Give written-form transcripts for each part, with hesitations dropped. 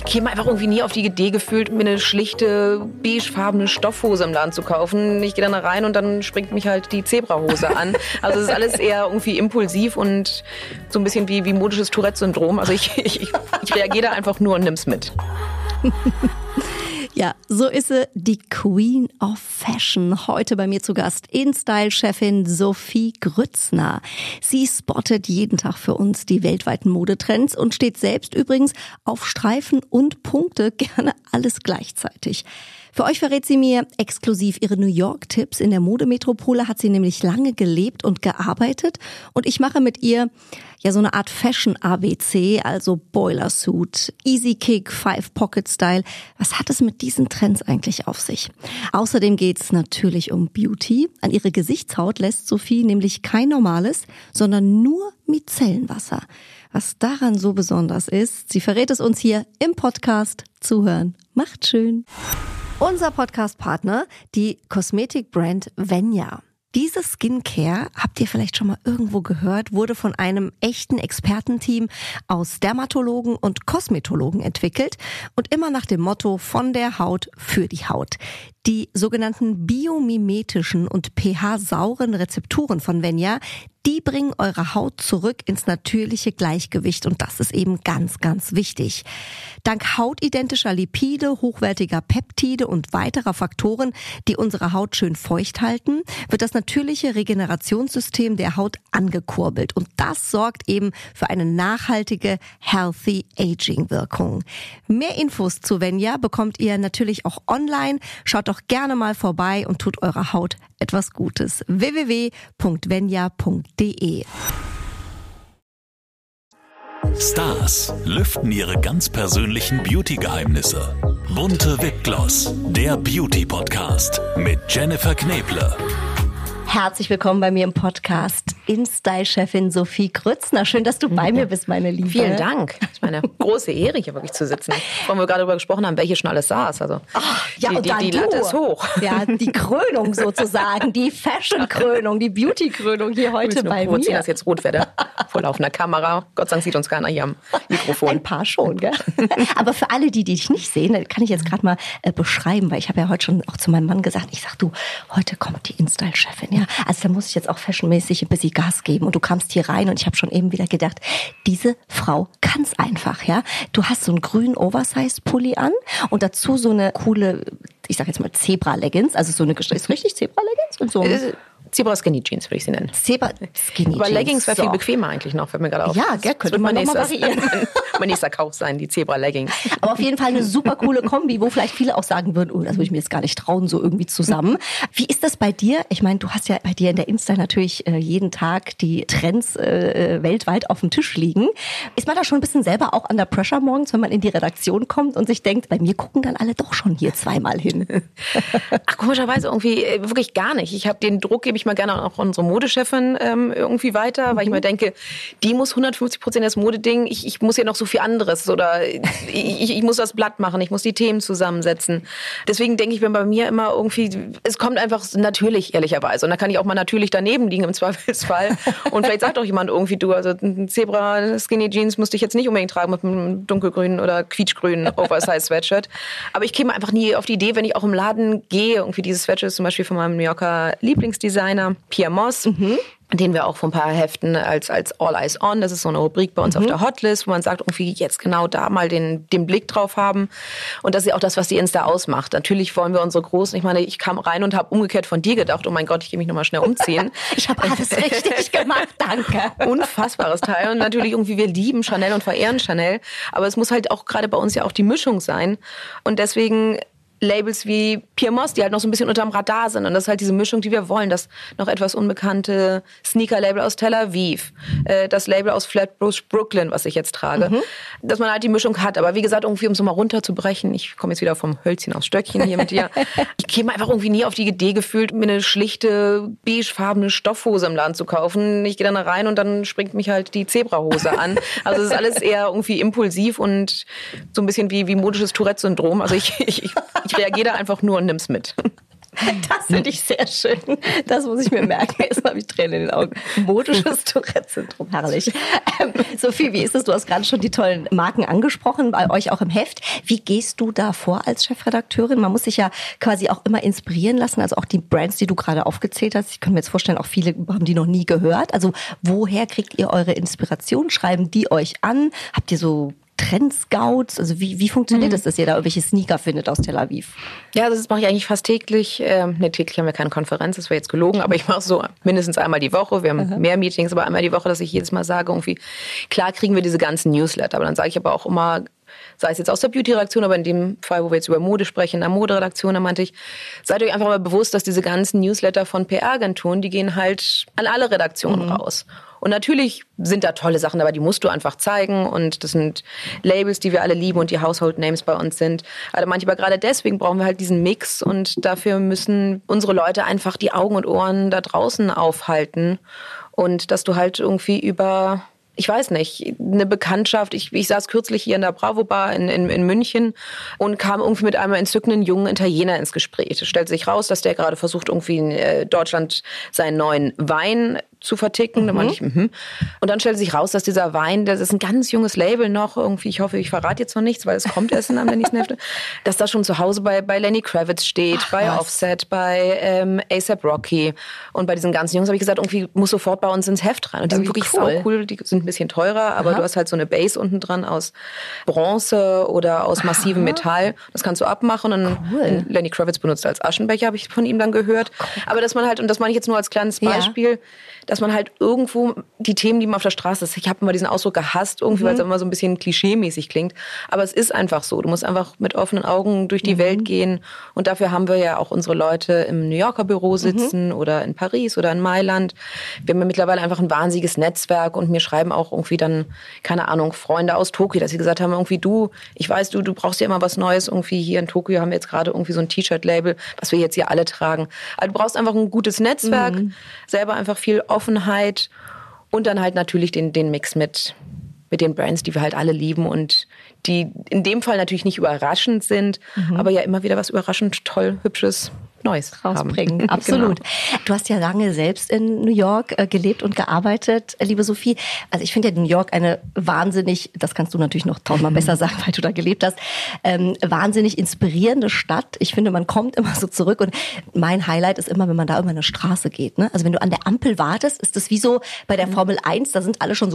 Ich käme einfach irgendwie nie auf die Idee gefühlt, mir eine schlichte, beigefarbene Stoffhose im Laden zu kaufen. Ich gehe dann da rein und dann springt mich halt die Zebrahose an. Also es ist alles eher irgendwie impulsiv und so ein bisschen wie modisches Tourette-Syndrom. Also ich reagiere da einfach nur und nimm's mit. Ja, so ist sie, die Queen of Fashion. Heute bei mir zu Gast InStyle-Chefin Sophie Grützner. Sie spottet jeden Tag für uns die weltweiten Modetrends und steht selbst übrigens auf Streifen und Punkte, gerne alles gleichzeitig. Für euch verrät sie mir exklusiv ihre New York-Tipps. In der Modemetropole hat sie nämlich lange gelebt und gearbeitet. Und ich mache mit ihr ja so eine Art Fashion-ABC, also Boilersuit, Easy Kick, Five-Pocket-Style. Was hat es mit diesen Trends eigentlich auf sich? Außerdem geht's natürlich um Beauty. An ihre Gesichtshaut lässt Sophie nämlich kein normales, sondern nur Micellenwasser. Was daran so besonders ist, sie verrät es uns hier im Podcast. Zuhören macht schön. Unser Podcast-Partner, die Kosmetikbrand Venya. Diese Skincare, habt ihr vielleicht schon mal irgendwo gehört, wurde von einem echten Expertenteam aus Dermatologen und Kosmetologen entwickelt und immer nach dem Motto von der Haut für die Haut. Die sogenannten biomimetischen und pH-sauren Rezepturen von Venya, die bringen eure Haut zurück ins natürliche Gleichgewicht und das ist eben ganz, ganz wichtig. Dank hautidentischer Lipide, hochwertiger Peptide und weiterer Faktoren, die unsere Haut schön feucht halten, wird das natürliche Regenerationssystem der Haut angekurbelt und das sorgt eben für eine nachhaltige Healthy Aging Wirkung. Mehr Infos zu Venya bekommt ihr natürlich auch online. Schaut doch gerne mal vorbei und tut eurer Haut etwas Gutes. www.venya.de. Stars lüften ihre ganz persönlichen Beauty-Geheimnisse. Bunte Wipgloss, der Beauty-Podcast mit Jennifer Kneble. Herzlich willkommen bei mir im Podcast, InStyle-Chefin Sophie Grützner. Schön, dass du bei mir bist, meine Liebe. Vielen Dank. Das ist meine große Ehre, hier wirklich zu sitzen. Vor allem, wir gerade darüber gesprochen haben, welche schon alles saß. Also die Latte ist hoch. Ja, die Krönung sozusagen, die Fashion-Krönung, die Beauty-Krönung hier heute bei mir. Ich das jetzt rot werde, vor laufender Kamera. Gott sei Dank sieht uns keiner hier am Mikrofon. Ein paar schon, gell? Aber für alle, die dich nicht sehen, kann ich jetzt gerade mal beschreiben, weil ich habe ja heute schon auch zu meinem Mann gesagt, ich sag, du, heute kommt die InStyle-Chefin, ja. Also da muss ich jetzt auch fashionmäßig ein bisschen Gas geben. Und du kamst hier rein und ich habe schon eben wieder gedacht, diese Frau kann's einfach, ja. Du hast so einen grünen Oversize-Pulli an und dazu so eine coole, ich sag jetzt mal Zebra-Leggings, also so eine, ist richtig Zebra-Leggings? Und so Zebra Skinny Jeans würde ich sie nennen. Zebra Skinny Jeans. Aber Leggings wäre viel bequemer eigentlich noch, fällt mir gerade auf. Ja, gell, könnte man nochmal variieren. Mein nächster Kauf sein, die Zebra Leggings. Aber auf jeden Fall eine super coole Kombi, wo vielleicht viele auch sagen würden, oh, das würde ich mir jetzt gar nicht trauen, so irgendwie zusammen. Wie ist das bei dir? Ich meine, du hast ja bei dir in der Insta natürlich jeden Tag die Trends weltweit auf dem Tisch liegen. Ist man da schon ein bisschen selber auch under pressure morgens, wenn man in die Redaktion kommt und sich denkt, bei mir gucken dann alle doch schon hier zweimal hin? Ach, komischerweise irgendwie wirklich gar nicht. Ich habe den Druck, gebe ich mal gerne auch unsere Modechefin irgendwie weiter, weil ich mir denke, die muss 150% das Modeding, ich muss ja noch so viel anderes oder ich muss das Blatt machen, ich muss die Themen zusammensetzen. Deswegen denke ich mir bei mir immer irgendwie, es kommt einfach natürlich, ehrlicherweise. Und da kann ich auch mal natürlich daneben liegen im Zweifelsfall. Und vielleicht sagt auch jemand irgendwie, du, also ein Zebra Skinny Jeans musste ich jetzt nicht unbedingt tragen mit einem dunkelgrünen oder quietschgrünen Oversize Sweatshirt. Aber ich käme einfach nie auf die Idee, wenn ich auch im Laden gehe, irgendwie dieses Sweatshirt ist zum Beispiel von meinem New Yorker Lieblingsdesigner, Pierre Moss, den wir auch von ein paar Heften als All Eyes On, das ist so eine Rubrik bei uns auf der Hotlist, wo man sagt, irgendwie jetzt genau da mal den Blick drauf haben. Und das ist ja auch das, was die Insta ausmacht. Natürlich wollen wir unsere Großen, ich meine, ich kam rein und habe umgekehrt von dir gedacht, oh mein Gott, ich gehe mich nochmal schnell umziehen. Ich habe alles richtig gemacht, danke. Unfassbares Teil. Und natürlich irgendwie, wir lieben Chanel und verehren Chanel. Aber es muss halt auch gerade bei uns ja auch die Mischung sein. Und deswegen Labels wie Pierre Moss, die halt noch so ein bisschen unterm Radar sind. Und das ist halt diese Mischung, die wir wollen. Das noch etwas unbekannte Sneaker-Label aus Tel Aviv, das Label aus Flatbush Brooklyn, was ich jetzt trage. Dass man halt die Mischung hat. Aber wie gesagt, irgendwie, um es mal runterzubrechen, ich komme jetzt wieder vom Hölzchen aufs Stöckchen hier mit dir. Ich käme einfach irgendwie nie auf die Idee gefühlt, mir eine schlichte, beigefarbene Stoffhose im Laden zu kaufen. Ich gehe dann da rein und dann springt mich halt die Zebrahose an. Also es ist alles eher irgendwie impulsiv und so ein bisschen wie modisches Tourette-Syndrom. Also ich reagiere da einfach nur und nimm's mit. Das finde ich sehr schön. Das muss ich mir merken. Jetzt habe ich Tränen in den Augen. Modisches Tourette-Syndrom, herrlich. Sophie, wie ist es? Du hast gerade schon die tollen Marken angesprochen, bei euch auch im Heft. Wie gehst du da vor als Chefredakteurin? Man muss sich ja quasi auch immer inspirieren lassen. Also auch die Brands, die du gerade aufgezählt hast. Ich kann mir jetzt vorstellen, auch viele haben die noch nie gehört. Also woher kriegt ihr eure Inspiration? Schreiben die euch an? Habt ihr so Trendscouts? Also wie funktioniert das, dass ihr da irgendwelche Sneaker findet aus Tel Aviv? Ja, das mache ich eigentlich fast täglich. Täglich haben wir keine Konferenz, das wäre jetzt gelogen, aber ich mache es so mindestens einmal die Woche. Wir haben mehr Meetings, aber einmal die Woche, dass ich jedes Mal sage, irgendwie, klar kriegen wir diese ganzen Newsletter, aber dann sage ich aber auch immer, sei es jetzt aus der Beauty-Redaktion, aber in dem Fall, wo wir jetzt über Mode sprechen, in der Moderedaktion, da meinte ich, seid euch einfach mal bewusst, dass diese ganzen Newsletter von PR-Agenturen, die gehen halt an alle Redaktionen raus. Und natürlich sind da tolle Sachen dabei, die musst du einfach zeigen. Und das sind Labels, die wir alle lieben und die Household Names bei uns sind. Also manchmal gerade deswegen brauchen wir halt diesen Mix. Und dafür müssen unsere Leute einfach die Augen und Ohren da draußen aufhalten. Und dass du halt irgendwie über, ich weiß nicht, eine Bekanntschaft. Ich saß kürzlich hier in der Bravo Bar in München und kam irgendwie mit einem entzückenden jungen Italiener ins Gespräch. Es stellt sich raus, dass der gerade versucht, irgendwie in Deutschland seinen neuen Wein zu verticken. Da meinte ich, Und dann stellt sich raus, dass dieser Wein, das ist ein ganz junges Label noch, irgendwie, ich hoffe, ich verrate jetzt noch nichts, weil es kommt erst in der nächsten Hälfte, dass das schon zu Hause bei Lenny Kravitz steht, bei Offset, bei A$AP Rocky. Und bei diesen ganzen Jungs habe ich gesagt, irgendwie muss sofort bei uns ins Heft rein. Und die sind wirklich cool. Die sind ein bisschen teurer, aber du hast halt so eine Base unten dran aus Bronze oder aus massivem Metall. Das kannst du abmachen. Und Lenny Kravitz benutzt als Aschenbecher, habe ich von ihm dann gehört. Aber dass man halt, und das meine ich jetzt nur als kleines Beispiel, dass man halt irgendwo die Themen, die man auf der Straße ist, ich habe immer diesen Ausdruck gehasst, irgendwie, weil es immer so ein bisschen klischeemäßig klingt, aber es ist einfach so. Du musst einfach mit offenen Augen durch die Welt gehen und dafür haben wir ja auch unsere Leute im New Yorker Büro sitzen oder in Paris oder in Mailand. Wir haben ja mittlerweile einfach ein wahnsinniges Netzwerk und mir schreiben auch irgendwie dann, keine Ahnung, Freunde aus Tokio, dass sie gesagt haben, irgendwie ich weiß, du brauchst ja immer was Neues, irgendwie hier in Tokio haben wir jetzt gerade irgendwie so ein T-Shirt-Label, was wir jetzt hier alle tragen. Also du brauchst einfach ein gutes Netzwerk, selber einfach viel Offenheit und dann halt natürlich den Mix mit den Brands, die wir halt alle lieben und die in dem Fall natürlich nicht überraschend sind, aber ja immer wieder was überraschend toll, hübsches, Neues rausbringen. Haben. Absolut. Genau. Du hast ja lange selbst in New York gelebt und gearbeitet, liebe Sophie. Also ich finde ja New York eine wahnsinnig, das kannst du natürlich noch tausendmal besser sagen, weil du da gelebt hast, wahnsinnig inspirierende Stadt. Ich finde, man kommt immer so zurück und mein Highlight ist immer, wenn man da über eine Straße geht. Ne? Also wenn du an der Ampel wartest, ist das wie so bei der Formel 1, da sind alle schon so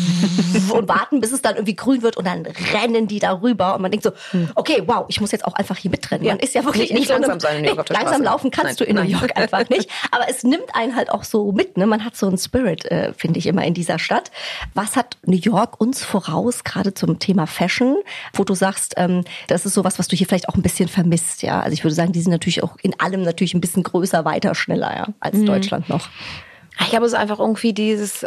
und warten, bis es dann irgendwie grün wird und dann rennen die da rüber und man denkt so, okay, wow, ich muss jetzt auch einfach hier mitrennen. Man ist ja wirklich nicht langsam sein in New York auf der Straße. Langsam laufen kannst du in New York einfach nicht. Aber es nimmt einen halt auch so mit. Ne? Man hat so einen Spirit, finde ich, immer in dieser Stadt. Was hat New York uns voraus, gerade zum Thema Fashion, wo du sagst, das ist sowas, was du hier vielleicht auch ein bisschen vermisst. Ja? Also ich würde sagen, die sind natürlich auch in allem natürlich ein bisschen größer, weiter, schneller als Deutschland noch. Ich glaube, es ist einfach irgendwie dieses...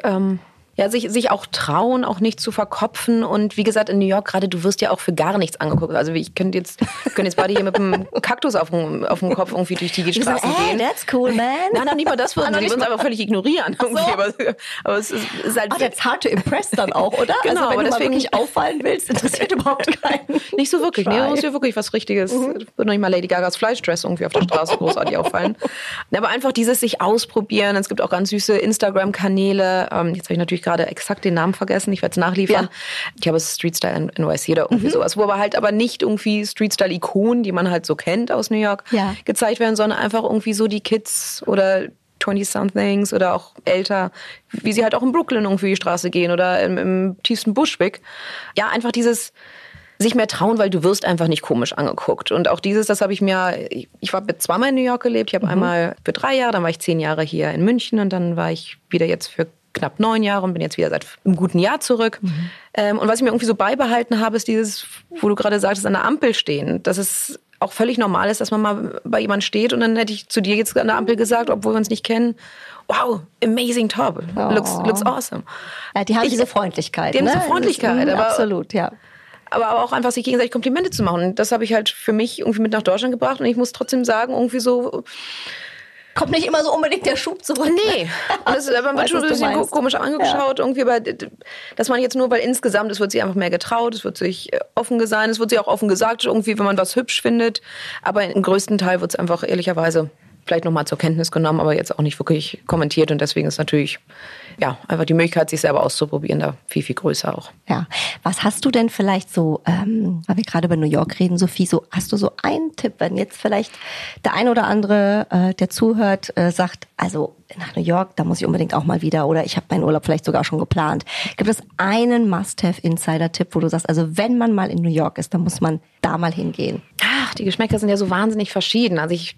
sich auch trauen, auch nicht zu verkopfen. Und wie gesagt, in New York gerade, du wirst ja auch für gar nichts angeguckt. Also wir können jetzt beide hier mit einem Kaktus auf dem Kopf irgendwie durch die Straßen gehen. That's cool, man. Nein, nicht mal das würden sie uns einfach völlig ignorieren. So. Aber es ist halt... that's hard to impress dann auch, oder? Genau, also wenn aber du deswegen mal wirklich auffallen willst, interessiert überhaupt keinen. Nicht so wirklich. Nee, muss ja wirklich was Richtiges. Würde noch nicht mal Lady Gagas Fleischdress irgendwie auf der Straße großartig auffallen. Aber einfach dieses sich ausprobieren. Es gibt auch ganz süße Instagram-Kanäle. Jetzt habe ich natürlich gerade exakt den Namen vergessen. Ich werde es nachliefern. Ja. Ich habe es Street Style NYC oder irgendwie sowas. Wo aber nicht irgendwie Street Style-Ikonen, die man halt so kennt aus New York, gezeigt werden, sondern einfach irgendwie so die Kids oder 20-somethings oder auch älter, wie sie halt auch in Brooklyn irgendwie die Straße gehen oder im tiefsten Bushwick. Ja, einfach dieses sich mehr trauen, weil du wirst einfach nicht komisch angeguckt. Und auch das habe ich mir, ich war zweimal in New York gelebt. Ich habe einmal für 3 Jahre, dann war ich 10 Jahre hier in München und dann war ich wieder jetzt für knapp 9 Jahre und bin jetzt wieder seit einem guten Jahr zurück. Und was ich mir irgendwie so beibehalten habe, ist dieses, wo du gerade sagtest, an der Ampel stehen. Dass es auch völlig normal ist, dass man mal bei jemandem steht und dann hätte ich zu dir jetzt an der Ampel gesagt, obwohl wir uns nicht kennen, wow, amazing top, looks awesome. Ja, die haben diese Freundlichkeit. Diese Freundlichkeit. Aber absolut, ja. Aber auch einfach sich gegenseitig Komplimente zu machen. Und das habe ich halt für mich irgendwie mit nach Deutschland gebracht und ich muss trotzdem sagen, irgendwie so... Kommt nicht immer so unbedingt der Schub zurück. Nee. Und man wird schon ein bisschen komisch angeschaut. Irgendwie, aber dass man jetzt nur, weil insgesamt, es wird sich einfach mehr getraut, es wird sich offen sein, es wird sich auch offen gesagt, irgendwie, wenn man was hübsch findet. Aber im größten Teil wird es einfach ehrlicherweise vielleicht nochmal zur Kenntnis genommen, aber jetzt auch nicht wirklich kommentiert. Und deswegen ist natürlich einfach die Möglichkeit, sich selber auszuprobieren, da viel, viel größer auch. Ja, was hast du denn vielleicht so, weil wir gerade über New York reden, Sophie, hast du so einen Tipp, wenn jetzt vielleicht der ein oder andere, der zuhört, sagt, also nach New York, da muss ich unbedingt auch mal wieder oder ich habe meinen Urlaub vielleicht sogar schon geplant. Gibt es einen Must-Have-Insider-Tipp, wo du sagst, also wenn man mal in New York ist, dann muss man da mal hingehen? Ach, die Geschmäcker sind ja so wahnsinnig verschieden. Also ich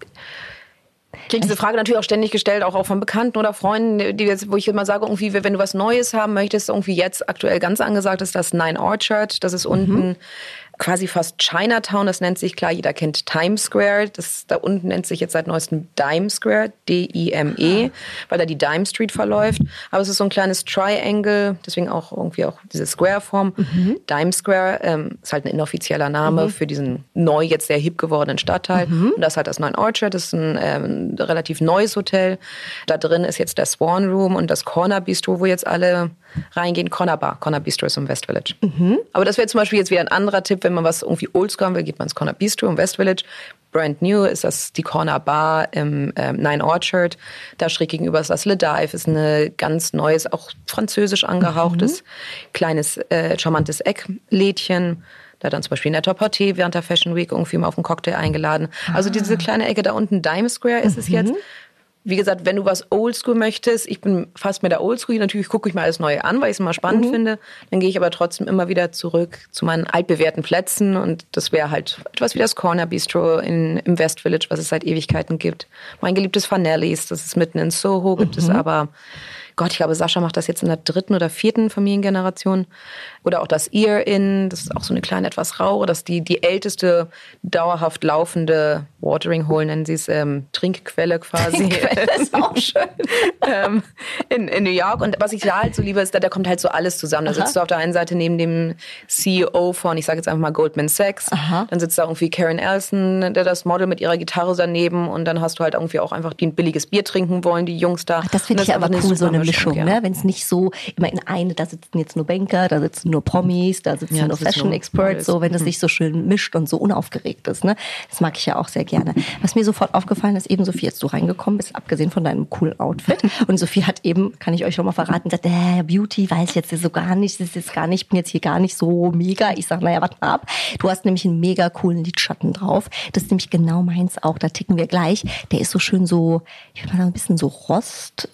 kriege diese Frage natürlich auch ständig gestellt, auch von Bekannten oder Freunden, wo ich immer sage, irgendwie, wenn du was Neues haben möchtest, irgendwie jetzt aktuell ganz angesagt ist das Nine Orchard. Das ist unten quasi fast Chinatown. Das nennt sich, klar, jeder kennt Times Square. Das da unten nennt sich jetzt seit neuestem Dime Square, D-I-M-E, weil da die Dime Street verläuft. Aber es ist so ein kleines Triangle, deswegen auch irgendwie auch diese Square-Form. Dime Square ist halt ein inoffizieller Name für diesen neu jetzt sehr hip gewordenen Stadtteil. Und das ist halt das Nine Orchard. Das ist ein relativ neues Hotel. Da drin ist jetzt der Swan Room und das Corner Bistro, wo jetzt alle reingehen. Corner Bar. Corner Bistro ist im West Village. Aber das wäre zum Beispiel jetzt wieder ein anderer Tipp, wenn man was irgendwie oldschool haben will, geht man ins Corner Bistro im West Village. Brand new ist das die Corner Bar im Nine Orchard. Da schräg gegenüber ist das Le Dive, ist ein ganz neues, auch französisch angehauchtes, kleines, charmantes Ecklädchen. Da dann zum Beispiel ein netter Portier während der Fashion Week irgendwie mal auf einen Cocktail eingeladen. Also diese kleine Ecke da unten, Dime Square ist es jetzt. Wie gesagt, wenn du was Oldschool möchtest, ich bin fast mit der Oldschool, natürlich gucke ich mir alles Neue an, weil ich es immer spannend finde. Dann gehe ich aber trotzdem immer wieder zurück zu meinen altbewährten Plätzen und das wäre halt etwas wie das Corner Bistro im West Village, was es seit Ewigkeiten gibt. Mein geliebtes Fanellis, das ist mitten in Soho, gibt es aber... Gott, ich glaube, Sascha macht das jetzt in der 3. oder 4. Familiengeneration. Oder auch das Ear Inn, das ist auch so eine kleine, etwas rauere, das ist die älteste dauerhaft laufende Watering Hole, nennen sie es, Trinkquelle quasi. Trinkquelle ist auch schön. in New York. Und was ich da halt so liebe, ist, da kommt halt so alles zusammen. Da sitzt du auf der einen Seite neben dem CEO von, ich sage jetzt einfach mal Goldman Sachs. Dann sitzt da irgendwie Karen Elson, das Model mit ihrer Gitarre daneben. Und dann hast du halt irgendwie auch einfach, die ein billiges Bier trinken wollen, die Jungs da. Ach, das finde ich aber cool, so eine Mischung, ne? Wenn es nicht so immer in da sitzen jetzt nur Banker, da sitzen nur Promis, da sitzen nur Fashion Experts, so wenn das sich so schön mischt und so unaufgeregt ist, ne? Das mag ich ja auch sehr gerne. Was mir sofort aufgefallen ist, eben Sophie, als du reingekommen bist, abgesehen von deinem coolen Outfit, und Sophie hat eben, kann ich euch schon mal verraten, gesagt, Beauty weiß ich jetzt so gar nicht, das ist jetzt gar nicht, ich bin jetzt hier gar nicht so mega. Ich sag, naja, warte mal ab. Du hast nämlich einen mega coolen Lidschatten drauf. Das ist nämlich genau meins auch, da ticken wir gleich. Der ist so schön so, ich würde mal sagen, ein bisschen so Rost,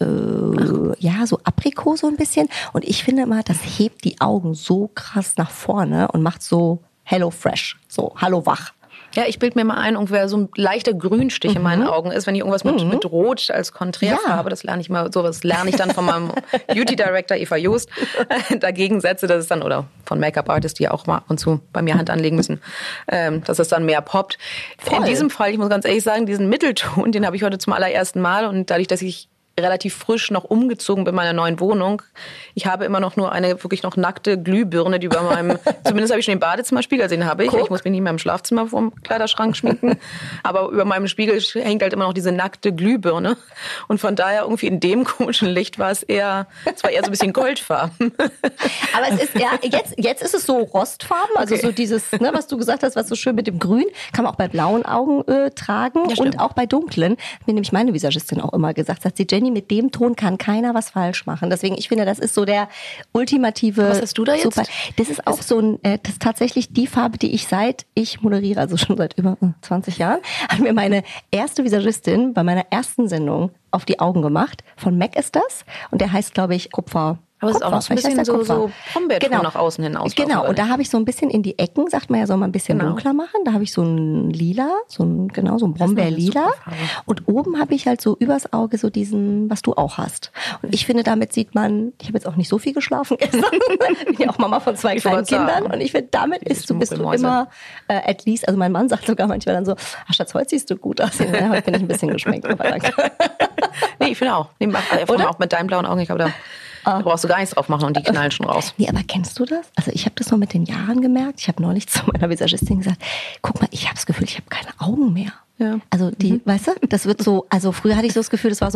so Aprikot so ein bisschen. Und ich finde immer, das hebt die Augen so krass nach vorne und macht so Hello Fresh, so Hallo Wach. Ja, ich bilde mir mal ein, ungefähr so ein leichter Grünstich in meinen Augen ist, wenn ich irgendwas mit Rot als Konträrfarbe, das lerne ich mal, sowas lerne ich dann von meinem Beauty Director Eva Joost, dagegen setze, dass es dann, oder von Make-up Artists, die auch mal ab und zu bei mir Hand anlegen müssen, dass es dann mehr poppt. Voll. In diesem Fall, ich muss ganz ehrlich sagen, diesen Mittelton, den habe ich heute zum allerersten Mal und dadurch, dass ich relativ frisch noch umgezogen bin in meiner neuen Wohnung. Ich habe immer noch nur eine wirklich noch nackte Glühbirne, die über meinem, zumindest habe ich schon den Badezimmerspiegel, also den habe ich. Guck. Ich muss mich nicht mehr im Schlafzimmer vorm Kleiderschrank schminken. Aber über meinem Spiegel hängt halt immer noch diese nackte Glühbirne. Und von daher irgendwie in dem komischen Licht war es eher so ein bisschen goldfarben. Aber es ist jetzt ist es so rostfarben, also so dieses, ne, was du gesagt hast, was so schön mit dem Grün, kann man auch bei blauen Augen tragen und auch bei dunklen. Hat mir nämlich meine Visagistin auch immer gesagt, sagt sie, Jenny, mit dem Ton kann keiner was falsch machen. Deswegen, ich finde, das ist so der ultimative... Was hast du da jetzt? Super. Das ist auch so das ist tatsächlich die Farbe, die ich moderiere, also schon seit über 20 Jahren, hat mir meine erste Visagistin bei meiner ersten Sendung auf die Augen gemacht. Von MAC ist das. Und der heißt, glaube ich, Kupfer. Aber es ist auch noch so ein bisschen so Brombeerton nach außen hin auslaufen. Genau, und da habe ich so ein bisschen in die Ecken, sagt man ja, soll man ein bisschen dunkler machen. Da habe ich so ein Lila, so ein Brombeerlila. Und oben habe ich halt so übers Auge so diesen, was du auch hast. Und ich finde, damit sieht man, ich habe jetzt auch nicht so viel geschlafen gestern. Ich bin ja auch Mama von 2 kleinen Kindern. Und ich finde, damit bist du immer at least, also mein Mann sagt sogar manchmal dann so, ach Schatz, heute siehst du gut aus. Ja, heute bin ich ein bisschen geschminkt. Aber danke. Nee, ich finde auch. Auch mit deinen blauen Augen, ich glaube, da brauchst du gar nichts drauf machen und die knallen schon raus. Nee, aber kennst du das? Also ich habe das noch mit den Jahren gemerkt. Ich habe neulich zu meiner Visagistin gesagt, guck mal, ich habe das Gefühl, ich habe keine Augen mehr. Ja. Also weißt du, das wird so, also früher hatte ich so das Gefühl, das war so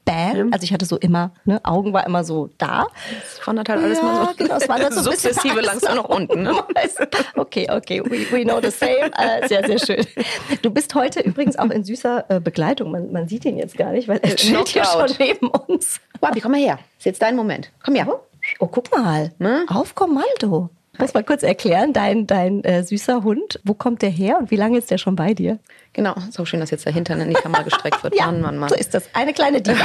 bam. Also ich hatte so immer, ne, Augen war immer so da. Das wandert halt alles mal so. Genau, es wandert so ein bisschen sukzessive langsam nach unten. Ne? Okay, we know the same. Sehr, sehr schön. Du bist heute übrigens auch in süßer Begleitung. Man sieht ihn jetzt gar nicht, weil er steht hier schon neben uns. Wabi, komm mal her. Ist jetzt dein Moment. Komm her. Oh, guck mal. Auf Kommando. Ich muss mal kurz erklären, dein süßer Hund, wo kommt der her und wie lange ist der schon bei dir? Genau, ist auch schön, dass jetzt der Hintern in die Kamera gestreckt wird. Ja, Mann. So ist das. Eine kleine Diva.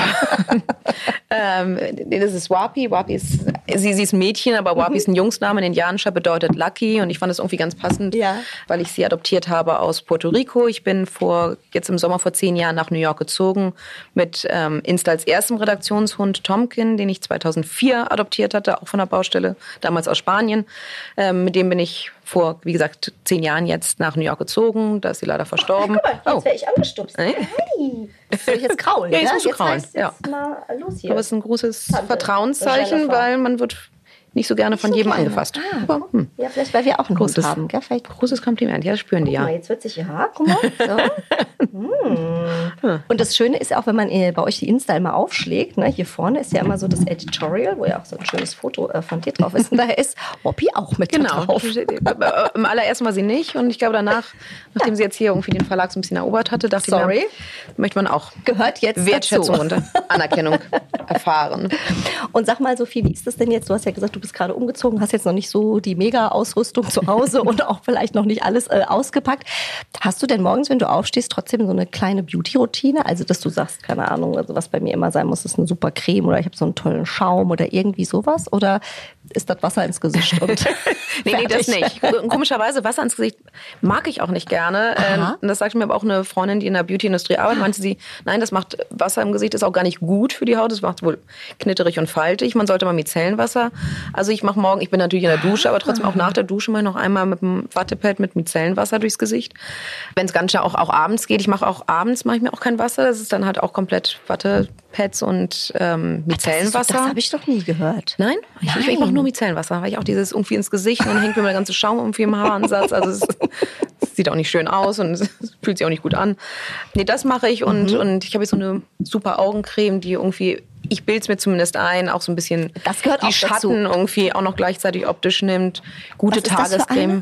Das ist Wapi. Wapi ist, sie ist ein Mädchen, aber Wapi ist ein Jungsname. In Indianischer bedeutet Lucky. Und ich fand das irgendwie ganz passend, weil ich sie adoptiert habe aus Puerto Rico. Ich bin jetzt im Sommer vor 10 Jahren nach New York gezogen mit Instals erstem Redaktionshund Tomkin, den ich 2004 adoptiert hatte, auch von der Baustelle, damals aus Spanien. Mit dem bin ich vor, wie gesagt, 10 Jahren jetzt nach New York gezogen. Da ist sie leider verstorben. Guck mal, jetzt wäre ich angestupst. Hey. Soll ich jetzt kraulen? Ja, jetzt musst du kraulen. Jetzt mal los hier. Aber es ist ein großes Vertrauenszeichen, weil man wird nicht so gerne von jedem angefasst. Aber, ja, vielleicht, weil wir auch einen Hund haben. Gell? Vielleicht. Großes Kompliment, ja, das spüren die ja. Guck mal, jetzt wird sich guck mal. So. Und das Schöne ist ja auch, wenn man bei euch die Insta immer aufschlägt, ne, hier vorne ist ja immer so das Editorial, wo ja auch so ein schönes Foto von dir drauf ist. Und daher ist Wapi auch mit drauf. Im allerersten war sie nicht. Und ich glaube danach, nachdem sie jetzt hier irgendwie den Verlag so ein bisschen erobert hatte, dachte ich mir, möchte man auch gehört jetzt Wertschätzung dazu. und Anerkennung erfahren. Und sag mal, Sophie, wie ist das denn jetzt? Du hast ja gesagt, du bist gerade umgezogen, hast jetzt noch nicht so die Mega-Ausrüstung zu Hause und auch vielleicht noch nicht alles ausgepackt. Hast du denn morgens, wenn du aufstehst, trotzdem so eine kleine Beauty-Routine? Also, dass du sagst, keine Ahnung, also was bei mir immer sein muss, ist eine super Creme oder ich habe so einen tollen Schaum oder irgendwie sowas? Oder ist das Wasser ins Gesicht? Und nee, das nicht. Komischerweise, Wasser ins Gesicht mag ich auch nicht gerne. Und das sagte mir aber auch eine Freundin, die in der Beauty-Industrie arbeitet, meinte sie, nein, das macht Wasser im Gesicht, ist auch gar nicht gut für die Haut, das macht wohl knitterig und faltig. Man sollte mal Micellenwasser. Also ich mache morgen, ich bin natürlich in der Dusche, aber trotzdem auch nach der Dusche mal noch einmal mit dem Wattepad mit Micellenwasser durchs Gesicht. Wenn es ganz schnell auch abends geht, mache ich mir auch kein Wasser, das ist dann halt auch komplett Wattepads und Micellenwasser. Das habe ich doch nie gehört. Nein? Ich mache nur Micellenwasser, weil ich auch dieses irgendwie ins Gesicht und dann hängt mir der ganze Schaum irgendwie im Haaransatz. Also es sieht auch nicht schön aus und es fühlt sich auch nicht gut an. Nee, das mache ich und ich habe jetzt so eine super Augencreme, die irgendwie, ich bilde es mir zumindest ein, auch so ein bisschen das gehört die auch Schatten dazu. Irgendwie auch noch gleichzeitig optisch nimmt. Gute Tagescreme.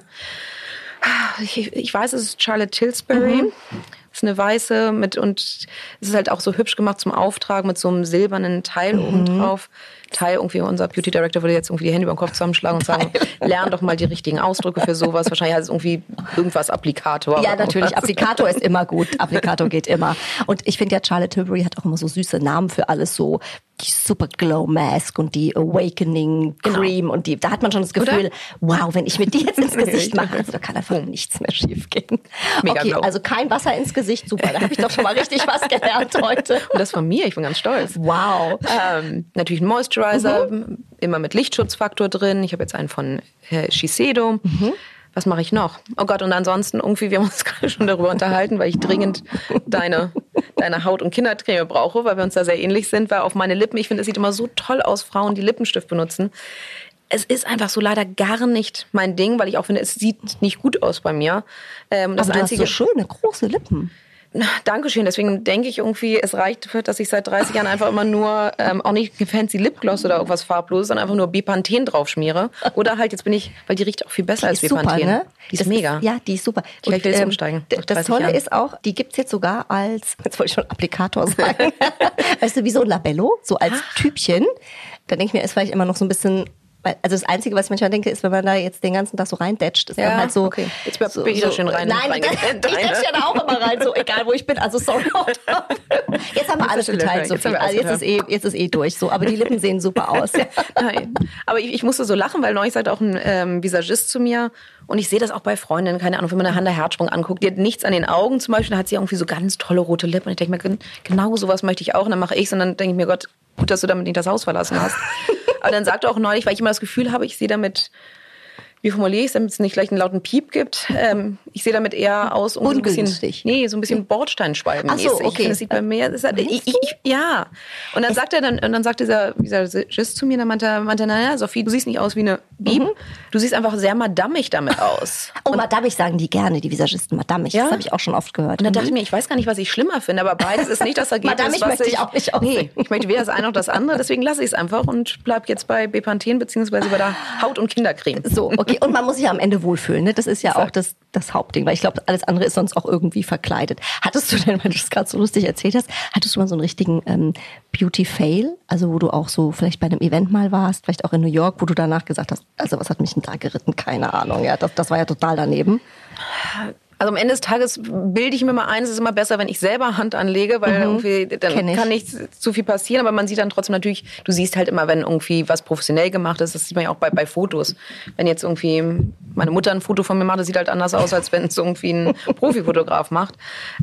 Ich weiß, es ist Charlotte Tilbury. Das ist eine weiße und es ist halt auch so hübsch gemacht zum Auftragen mit so einem silbernen Teil oben drauf. Irgendwie unser Beauty Director würde jetzt irgendwie die Hände über den Kopf zusammenschlagen und sagen, lern doch mal die richtigen Ausdrücke für sowas. Wahrscheinlich heißt es irgendwie irgendwas Applikator. Ja, natürlich. Applikator ist immer gut. Applikator geht immer. Und ich finde ja, Charlotte Tilbury hat auch immer so süße Namen für alles, so die Super Glow Mask und die Awakening Cream und da hat man schon das Gefühl, wow, wenn ich mir die jetzt ins Gesicht mache, also da kann einfach nichts mehr schief gehen. Mega glow. Also kein Wasser ins Gesicht, super. Da habe ich doch schon mal richtig was gelernt heute. Und das von mir, ich bin ganz stolz. Wow. Natürlich ein Moisturizer, immer mit Lichtschutzfaktor drin. Ich habe jetzt einen von Shiseido. Was mache ich noch? Oh Gott, und ansonsten irgendwie, wir haben uns gerade schon darüber unterhalten, weil ich dringend deine Haut- und Kindercreme brauche, weil wir uns da sehr ähnlich sind, weil auf meine Lippen, ich finde, es sieht immer so toll aus, Frauen, die Lippenstift benutzen. Es ist einfach so leider gar nicht mein Ding, weil ich auch finde, es sieht nicht gut aus bei mir. Das aber du hast so schöne, große Lippen. Dankeschön. Deswegen denke ich irgendwie, es reicht, dass ich seit 30 Jahren einfach immer nur, auch nicht fancy Lipgloss oder irgendwas farbloses, sondern einfach nur Bepanthen drauf schmiere. Oder halt, jetzt bin ich, weil die riecht auch viel besser als Bepanthen. Super, ne? Die ist mega. Ja, die ist super. Ich will jetzt umsteigen. Das Tolle ist auch, die gibt's jetzt sogar als, jetzt wollte ich schon Applikator sagen, weißt du, wie so ein Labello, so als Typchen. Da denke ich mir, ist vielleicht immer noch so ein bisschen. Also das Einzige, was ich manchmal denke, ist, wenn man da jetzt den ganzen Tag so reindetscht, ist dann halt so. Okay. Jetzt bin ich da schön rein. Nein, ich detsche ja da auch immer rein, so egal wo ich bin. Also sorry. Jetzt haben wir alles geteilt, Sophie. Also jetzt ist durch. So, aber die Lippen sehen super aus. Nein. Aber ich musste so lachen, weil neulich sagte auch ein Visagist zu mir, und ich sehe das auch bei Freundinnen, keine Ahnung, wenn man eine Hannah Herzsprung anguckt, die hat nichts an den Augen zum Beispiel, dann hat sie irgendwie so ganz tolle rote Lippen. Und ich denke mir, genau sowas möchte ich auch. Und dann mache ich es und dann denke ich mir, Gott, gut, dass du damit nicht das Haus verlassen hast. Aber dann sagt er auch neulich, weil ich immer das Gefühl habe, ich sehe damit wie formuliere ich es, damit es nicht gleich einen lauten Piep gibt? Ich sehe damit eher aus, so ein bisschen, so ein bisschen Bordsteinschwalbenmäßig. Ach so, okay. Das sieht bei mir, ja. Und dann sagt dieser Visagist zu mir, dann meinte er, naja, Sophie, du siehst nicht aus wie eine Bieb. Du siehst einfach sehr madammig damit aus. Oh, madammig sagen die gerne, die Visagisten, madammig. Ja? Das habe ich auch schon oft gehört. Und dann dachte ich mir, ich weiß gar nicht, was ich schlimmer finde, aber beides ist nicht das Ergebnis, madammig möchte ich auch nicht aussehen. Nee, ich möchte weder das eine noch das andere, deswegen lasse ich es einfach und bleib jetzt bei Bepanthen beziehungsweise bei der Haut- und Kindercreme. So, okay. Und man muss sich ja am Ende wohlfühlen, ne? Das ist ja auch das Hauptding, weil ich glaube, alles andere ist sonst auch irgendwie verkleidet. Hattest du denn, wenn du das gerade so lustig erzählt hast, hattest du mal so einen richtigen Beauty-Fail? Also wo du auch so vielleicht bei einem Event mal warst, vielleicht auch in New York, wo du danach gesagt hast, also was hat mich denn da geritten? Keine Ahnung. Ja, das war ja total daneben. Also am Ende des Tages bilde ich mir mal ein, es ist immer besser, wenn ich selber Hand anlege, weil irgendwie dann kann nicht zu viel passieren. Aber man sieht dann trotzdem natürlich, du siehst halt immer, wenn irgendwie was professionell gemacht ist, das sieht man ja auch bei Fotos. Wenn jetzt irgendwie meine Mutter ein Foto von mir macht, das sieht halt anders aus, als wenn es irgendwie ein Profifotograf macht.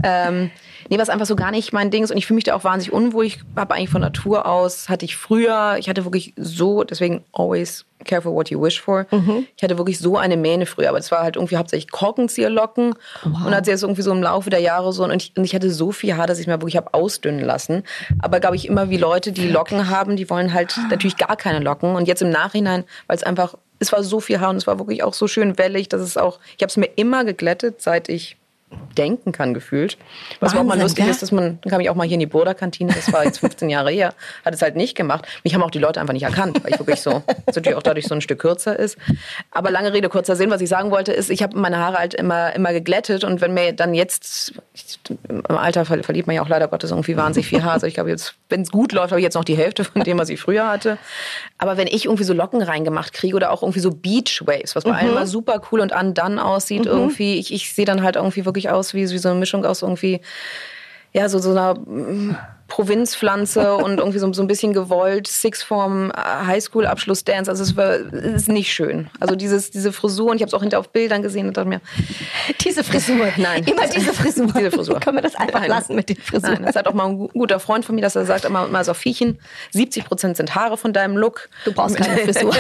Was einfach so gar nicht mein Ding ist. Und ich fühle mich da auch wahnsinnig unwohl. Ich habe eigentlich von Natur aus, ich hatte wirklich so, deswegen always careful what you wish for. Ich hatte wirklich so eine Mähne früher, aber es war halt irgendwie hauptsächlich Korkenzieherlocken. Wow. Und hat sich jetzt irgendwie so im Laufe der Jahre so, und ich hatte so viel Haar, dass ich mir wirklich habe ausdünnen lassen. Aber glaube ich immer wie Leute, die Locken haben, die wollen halt natürlich gar keine Locken. Und jetzt im Nachhinein, weil es war so viel Haar und es war wirklich auch so schön wellig, dass ich habe es mir immer geglättet, seit ich denken kann, gefühlt. Was auch mal lustig ist, dann kam ich auch mal hier in die Burda-Kantine, das war jetzt 15 Jahre her, hat es halt nicht gemacht. Mich haben auch die Leute einfach nicht erkannt, weil ich wirklich so, das natürlich auch dadurch so ein Stück kürzer ist. Aber lange Rede, kurzer Sinn, was ich sagen wollte, ist, ich habe meine Haare halt immer geglättet und wenn mir dann jetzt, im Alter verliert man ja auch leider Gottes irgendwie wahnsinnig viel Haar. Also ich glaube jetzt, wenn es gut läuft, habe ich jetzt noch die Hälfte von dem, was ich früher hatte. Aber wenn ich irgendwie so Locken reingemacht kriege oder auch irgendwie so Beach Waves, was bei allen immer super cool und undone aussieht irgendwie, ich sehe dann halt irgendwie wirklich aus wie so eine Mischung aus irgendwie, ja, so einer Provinzpflanze und irgendwie so ein bisschen gewollt, Sixth-Form, Highschool-Abschluss-Dance. Also es ist nicht schön. Also diese Frisur, und ich habe es auch hinterher auf Bildern gesehen und dachte mir, diese Frisur. Nein. Immer diese Frisur. Diese Frisur. Können wir das einfach lassen mit den Frisuren? Nein, das hat auch mal ein guter Freund von mir, dass er sagt, immer Sophiechen, 70% sind Haare von deinem Look. Du brauchst keine Frisur.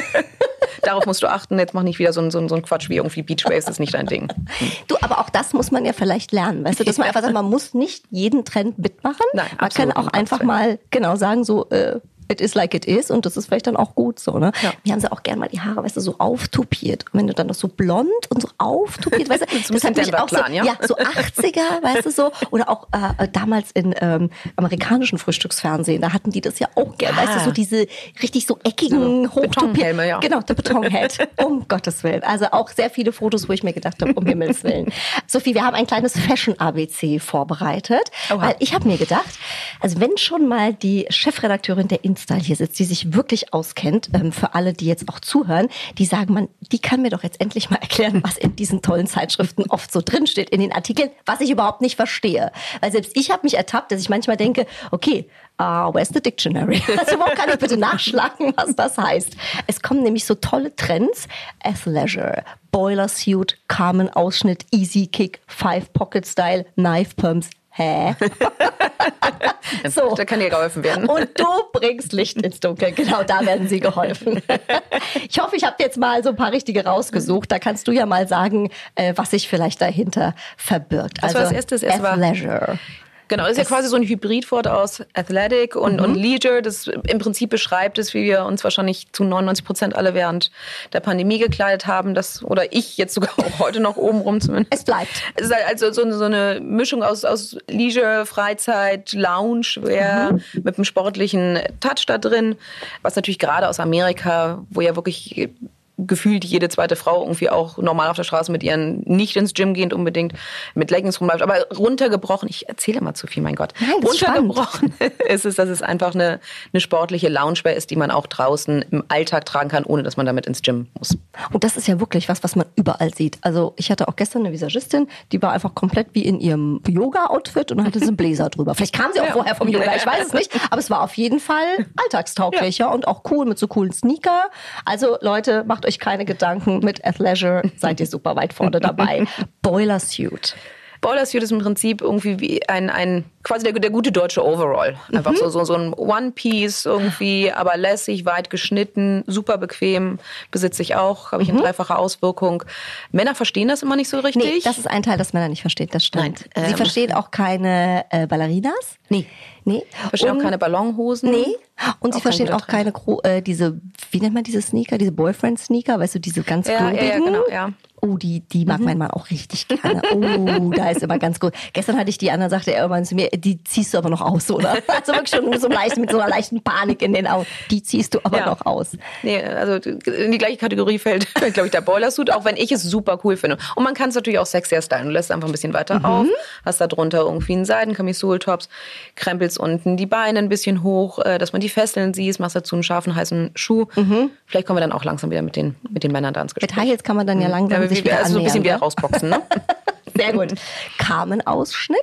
Darauf musst du achten, jetzt mach nicht wieder so ein Quatsch wie irgendwie Beach Waves, das ist nicht dein Ding. Du, aber auch das muss man ja vielleicht lernen, weißt du, dass man einfach sagt, man muss nicht jeden Trend mitmachen. Nein, man kann auch einfach mal sagen, so it is like it is, und das ist vielleicht dann auch gut so, ne? Ja. Mir haben sie auch gerne mal die Haare, weißt du, so auftupiert. Und wenn du dann noch so blond und so auftupiert, weißt du, das hat mich auch so, so 80er, weißt du, so, oder auch damals in amerikanischen Frühstücksfernsehen, da hatten die das ja auch gerne, weißt du, so diese richtig so eckigen, Betonhelme, ja. Genau, der Betonhead, um Gottes Willen. Also auch sehr viele Fotos, wo ich mir gedacht habe, um Himmels Willen. Sophie, wir haben ein kleines Fashion-ABC vorbereitet, weil ich habe mir gedacht, also wenn schon mal die Chefredakteurin der InStyle hier sitzt, die sich wirklich auskennt, für alle, die jetzt auch zuhören, die sagen, die kann mir doch jetzt endlich mal erklären, was in diesen tollen Zeitschriften oft so drinsteht in den Artikeln, was ich überhaupt nicht verstehe. Weil selbst ich habe mich ertappt, dass ich manchmal denke, okay, where's the dictionary? Also wo kann ich bitte nachschlagen, was das heißt? Es kommen nämlich so tolle Trends. Athleisure, Boiler Suit, Carmen-Ausschnitt, Easy Kick, Five-Pocket-Style, Knife Pumps. Hä? So. Da kann dir geholfen werden. Und du bringst Licht ins Dunkel. Genau, da werden sie geholfen. Ich hoffe, ich habe jetzt mal so ein paar richtige rausgesucht. Da kannst du ja mal sagen, was sich vielleicht dahinter verbirgt. Das war das Erste. Athleisure. Genau, das ist ja quasi so ein Hybridwort aus Athletic und Leisure. Das im Prinzip beschreibt es, wie wir uns wahrscheinlich zu 99% alle während der Pandemie gekleidet haben. Oder ich jetzt sogar auch heute noch obenrum zumindest. Es bleibt. Es ist halt also so eine Mischung aus Leisure, Freizeit, Loungewear mit einem sportlichen Touch da drin. Was natürlich gerade aus Amerika, wo ja wirklich gefühlt jede zweite Frau irgendwie auch normal auf der Straße mit ihren, nicht ins Gym gehend unbedingt, mit Leggings rumläuft. Aber runtergebrochen, ich erzähle immer zu viel, mein Gott. Nein, runtergebrochen ist es, dass es einfach eine sportliche Loungewear ist, die man auch draußen im Alltag tragen kann, ohne dass man damit ins Gym muss. Und das ist ja wirklich was man überall sieht. Also ich hatte auch gestern eine Visagistin, die war einfach komplett wie in ihrem Yoga-Outfit und hatte so einen Bläser drüber. Vielleicht kam sie auch vorher vom Yoga, ich weiß es nicht. Aber es war auf jeden Fall alltagstauglicher und auch cool mit so coolen Sneaker. Also Leute, macht euch keine Gedanken, mit Athleisure seid ihr super weit vorne dabei. Boiler Suit. Boilersuit ist im Prinzip irgendwie wie ein quasi der gute deutsche Overall. Einfach so ein One-Piece irgendwie, aber lässig, weit geschnitten, super bequem, besitze ich auch, habe ich in dreifacher Auswirkung. Männer verstehen das immer nicht so richtig. Nee, das ist ein Teil, das Männer nicht versteht, das stimmt. Nein, Sie verstehen auch keine Ballerinas? Nee. Verstehen auch keine Ballonhosen. Nee. Und sie verstehen auch keine, diese, wie nennt man diese Sneaker, diese Boyfriend-Sneaker, weißt du, diese ganz klobigen? Ja, genau, ja. Oh, die mag mein Mann auch richtig gerne. Oh, da ist immer ganz gut. Gestern hatte ich die Anna, sagte er irgendwann zu mir, die ziehst du aber noch aus, oder? Also wirklich schon mit so einer leichten Panik in den Augen. Die ziehst du aber noch aus. Nee, also in die gleiche Kategorie fällt, glaube ich, der Boilersuit, auch wenn ich es super cool finde. Und man kann es natürlich auch sexier stylen. Du lässt es einfach ein bisschen weiter auf, hast da drunter irgendwie einen Seidenkamisol-Tops, krempelst unten die Beine ein bisschen hoch, dass man die Fesseln siehst, machst dazu einen scharfen, heißen Schuh. Vielleicht kommen wir dann auch langsam wieder mit den Männern da ins Gespräch. Mit High Heels kann man dann ja langsam sich wieder also so ein bisschen annähern, wieder rausboxen, ne? Sehr gut. Carmen-Ausschnitt?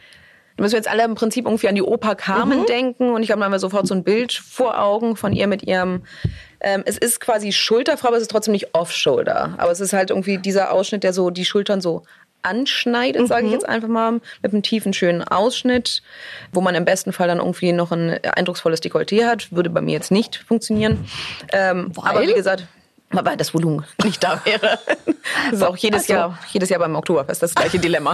Da müssen wir jetzt alle im Prinzip irgendwie an die Oper Carmen denken. Und ich glaube, da haben wir sofort so ein Bild vor Augen von ihr mit ihrem... es ist quasi schulterfrei, aber es ist trotzdem nicht Off-Shoulder. Aber es ist halt irgendwie dieser Ausschnitt, der so die Schultern so anschneidet, sage ich jetzt einfach mal, mit einem tiefen, schönen Ausschnitt, wo man im besten Fall dann irgendwie noch ein eindrucksvolles Dekolleté hat. Würde bei mir jetzt nicht funktionieren. Aber wie gesagt... weil das Volumen nicht da wäre. Das ist auch jedes Jahr beim Oktoberfest das gleiche Dilemma.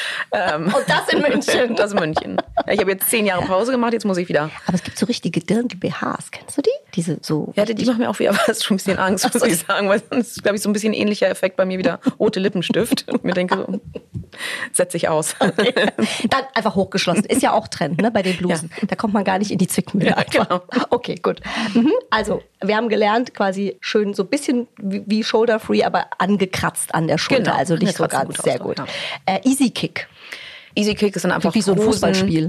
Und das in München. Das in München. Ja, ich habe jetzt 10 Jahre Pause gemacht, jetzt muss ich wieder. Aber es gibt so richtige dirndl BHs, kennst du die? Diese so. Ja, die machen mir auch wieder fast schon ein bisschen Angst, muss ich sagen. Weil das ist, glaube ich, so ein bisschen ähnlicher Effekt bei mir wieder rote Lippenstift. Und mir denke, so, setze ich aus. Okay. Dann einfach hochgeschlossen. Ist ja auch Trend, ne, bei den Blusen. Ja. Da kommt man gar nicht in die Zwickmühle. Ja, genau. Okay, gut. Also, wir haben gelernt, quasi schön so ein bisschen wie Shoulder-Free, aber angekratzt an der Schulter. Genau, also nicht so ganz. Sehr gut. Ja. Easy Kick. Easy Kick ist dann einfach wie so ein Fußballspiel.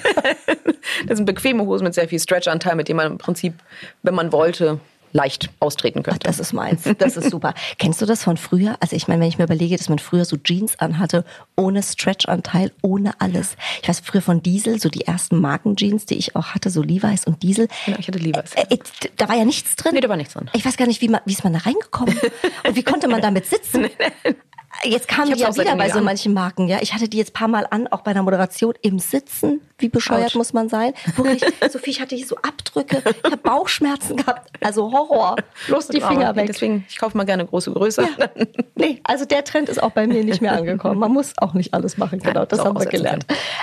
Das sind bequeme Hosen mit sehr viel Stretch-Anteil, mit dem man im Prinzip, wenn man wollte, leicht austreten könnte. Ach, das ist meins. Das ist super. Kennst du das von früher? Also ich meine, wenn ich mir überlege, dass man früher so Jeans anhatte, ohne Stretch-Anteil, ohne alles. Ich weiß früher von Diesel, so die ersten Markenjeans, die ich auch hatte, so Levi's und Diesel. Genau, ich hatte Levi's. Da war ja nichts drin. Nee, da war nichts drin. Ich weiß gar nicht, wie ist man da reingekommen? Und wie konnte man damit sitzen? Jetzt kamen die ja wieder bei so manchen Marken, ja. Ich hatte die jetzt ein paar Mal an, auch bei einer Moderation im Sitzen. Wie bescheuert muss man sein? Wirklich, Sophie, ich hatte hier so Abdrücke, ich habe Bauchschmerzen gehabt. Also Horror. Bloß die Finger weg. Deswegen, ich kaufe mal gerne große Größe. Ja. Nee, also der Trend ist auch bei mir nicht mehr angekommen. Man muss auch nicht alles machen, genau. Das haben wir gelernt.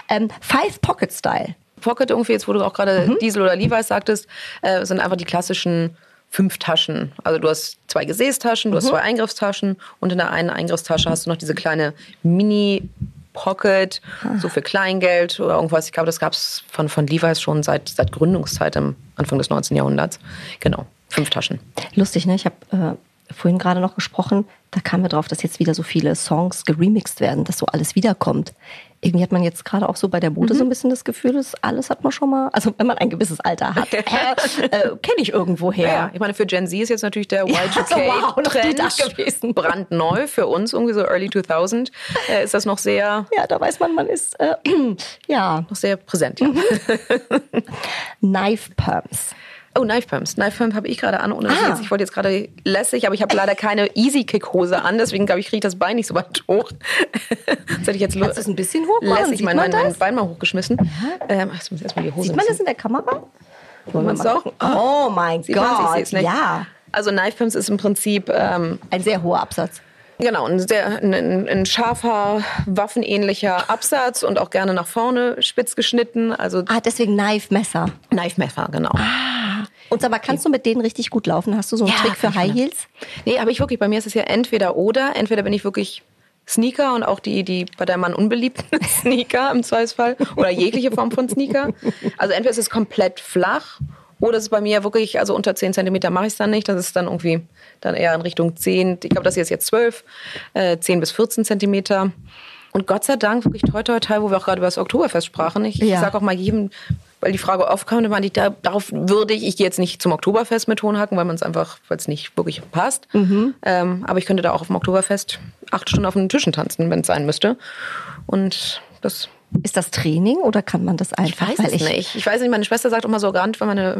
Five Pocket Style. Pocket irgendwie, jetzt wo du auch gerade Diesel oder Levi's sagtest, sind einfach die klassischen 5 Taschen. Also du hast 2 Gesäßtaschen, du hast 2 Eingriffstaschen und in der einen Eingriffstasche hast du noch diese kleine Mini-Pocket, so für Kleingeld oder irgendwas. Ich glaube, das gab es von Levi's schon seit Gründungszeit am Anfang des 19. Jahrhunderts. Genau, 5 Taschen. Lustig, ne? Ich habe vorhin gerade noch gesprochen, da kam mir drauf, dass jetzt wieder so viele Songs geremixed werden, dass so alles wiederkommt. Irgendwie hat man jetzt gerade auch so bei der Mode so ein bisschen das Gefühl, dass alles hat man schon mal, also wenn man ein gewisses Alter hat, kenne ich irgendwoher. Ja, ich meine, für Gen Z ist jetzt natürlich der Y2K-Trend brandneu. Für uns irgendwie so Early 2000 ist das noch sehr... Ja, da weiß man ist noch sehr präsent. Ja. Knife Perms. Oh, Knife Perms. Knife Perm habe ich gerade an. Ich wollte jetzt gerade lässig, aber ich habe leider keine Easy-Kick-Hose an. Deswegen, glaube ich, kriege ich das Bein nicht so weit hoch. Das hätte ich jetzt Kannst du es ein bisschen hoch machen? Lässig mein Bein mal hochgeschmissen. Ich muss erstmal die Hose Sieht man das in der Kamera? Wollen wir es auch? Oh mein Gott, ja. Also Knife Perms ist im Prinzip... ein sehr hoher Absatz. Genau, ein scharfer, waffenähnlicher Absatz und auch gerne nach vorne spitz geschnitten. Also deswegen Knife-Messer. Knife-Messer, genau. Und sag mal, kannst du mit denen richtig gut laufen? Hast du so einen Trick für High Heels? Nee, aber bei mir ist es ja entweder oder. Entweder bin ich wirklich Sneaker und auch die bei deinem Mann unbeliebten Sneaker im Zweifelsfall oder jegliche Form von Sneaker. Also entweder ist es komplett flach oder es ist bei mir wirklich, also unter 10 Zentimeter mache ich es dann nicht. Das ist dann irgendwie dann eher in Richtung 10. Ich glaube, das hier ist jetzt 12, 10 bis 14 Zentimeter. Und Gott sei Dank, wirklich toi, toi, toi, wo wir auch gerade über das Oktoberfest sprachen. Ich sage auch mal jedem, weil die Frage oft kam, darauf würde ich gehe jetzt nicht zum Oktoberfest mit Hohenhacken, weil es nicht wirklich passt. Aber ich könnte da auch auf dem Oktoberfest 8 Stunden auf den Tischen tanzen, wenn es sein müsste. Und das... Ist das Training oder kann man das einfach? Ich weiß es nicht. Ich weiß nicht, meine Schwester sagt auch mal so arrogant, weil meine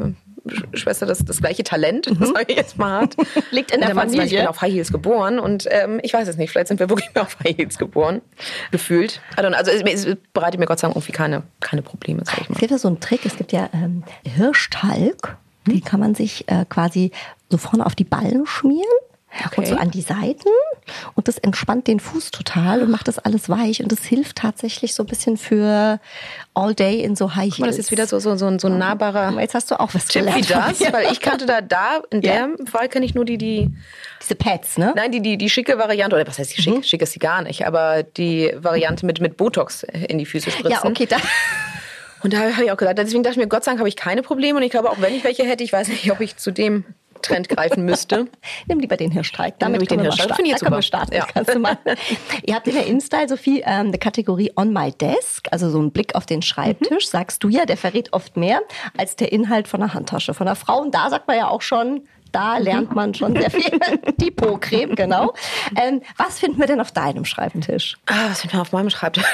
Schwester das gleiche Talent, das sage ich jetzt mal hat. Liegt in der Familie. Ich bin auf High Heels geboren und ich weiß es nicht, vielleicht sind wir wirklich mehr auf High Heels geboren, gefühlt. Also es bereitet mir Gott sei Dank irgendwie keine Probleme, sag ich mal. Es gibt ja so einen Trick, es gibt ja Hirschtalg, den kann man sich quasi so vorne auf die Ballen schmieren. Okay. Und so an die Seiten und das entspannt den Fuß total und macht das alles weich und das hilft tatsächlich so ein bisschen für all day in so High Heels. Das ist jetzt wieder so ein nahbarer jetzt hast du auch was Tipp wie das, weil ich kannte in dem Fall kenne ich nur diese Pads, ne? Nein, die schicke Variante, oder was heißt die schick? Schick ist sie gar nicht, aber die Variante mit Botox in die Füße spritzen. Ja, okay, und da habe ich auch gedacht, deswegen dachte ich mir, Gott sei Dank habe ich keine Probleme und ich glaube, auch wenn ich welche hätte, ich weiß nicht, ob ich zu dem Trend greifen müsste. Nimm lieber den Hirschtalg. Damit können wir starten. Ja. Kannst du mal. Ihr habt in der InStyle, Sophie, eine Kategorie On My Desk, also so ein Blick auf den Schreibtisch, sagst du ja, der verrät oft mehr als der Inhalt von einer Handtasche. Von einer Frau, und da sagt man ja auch schon, da lernt man schon sehr viel. Die Po-Creme, genau. Was finden wir denn auf deinem Schreibtisch? Was finden wir auf meinem Schreibtisch?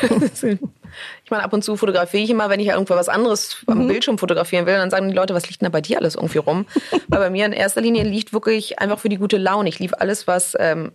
Ich meine, ab und zu fotografiere ich immer, wenn ich irgendwo was anderes am Bildschirm fotografieren will, dann sagen die Leute, was liegt denn da bei dir alles irgendwie rum? Weil bei mir in erster Linie liegt wirklich einfach für die gute Laune. Ich liebe alles, was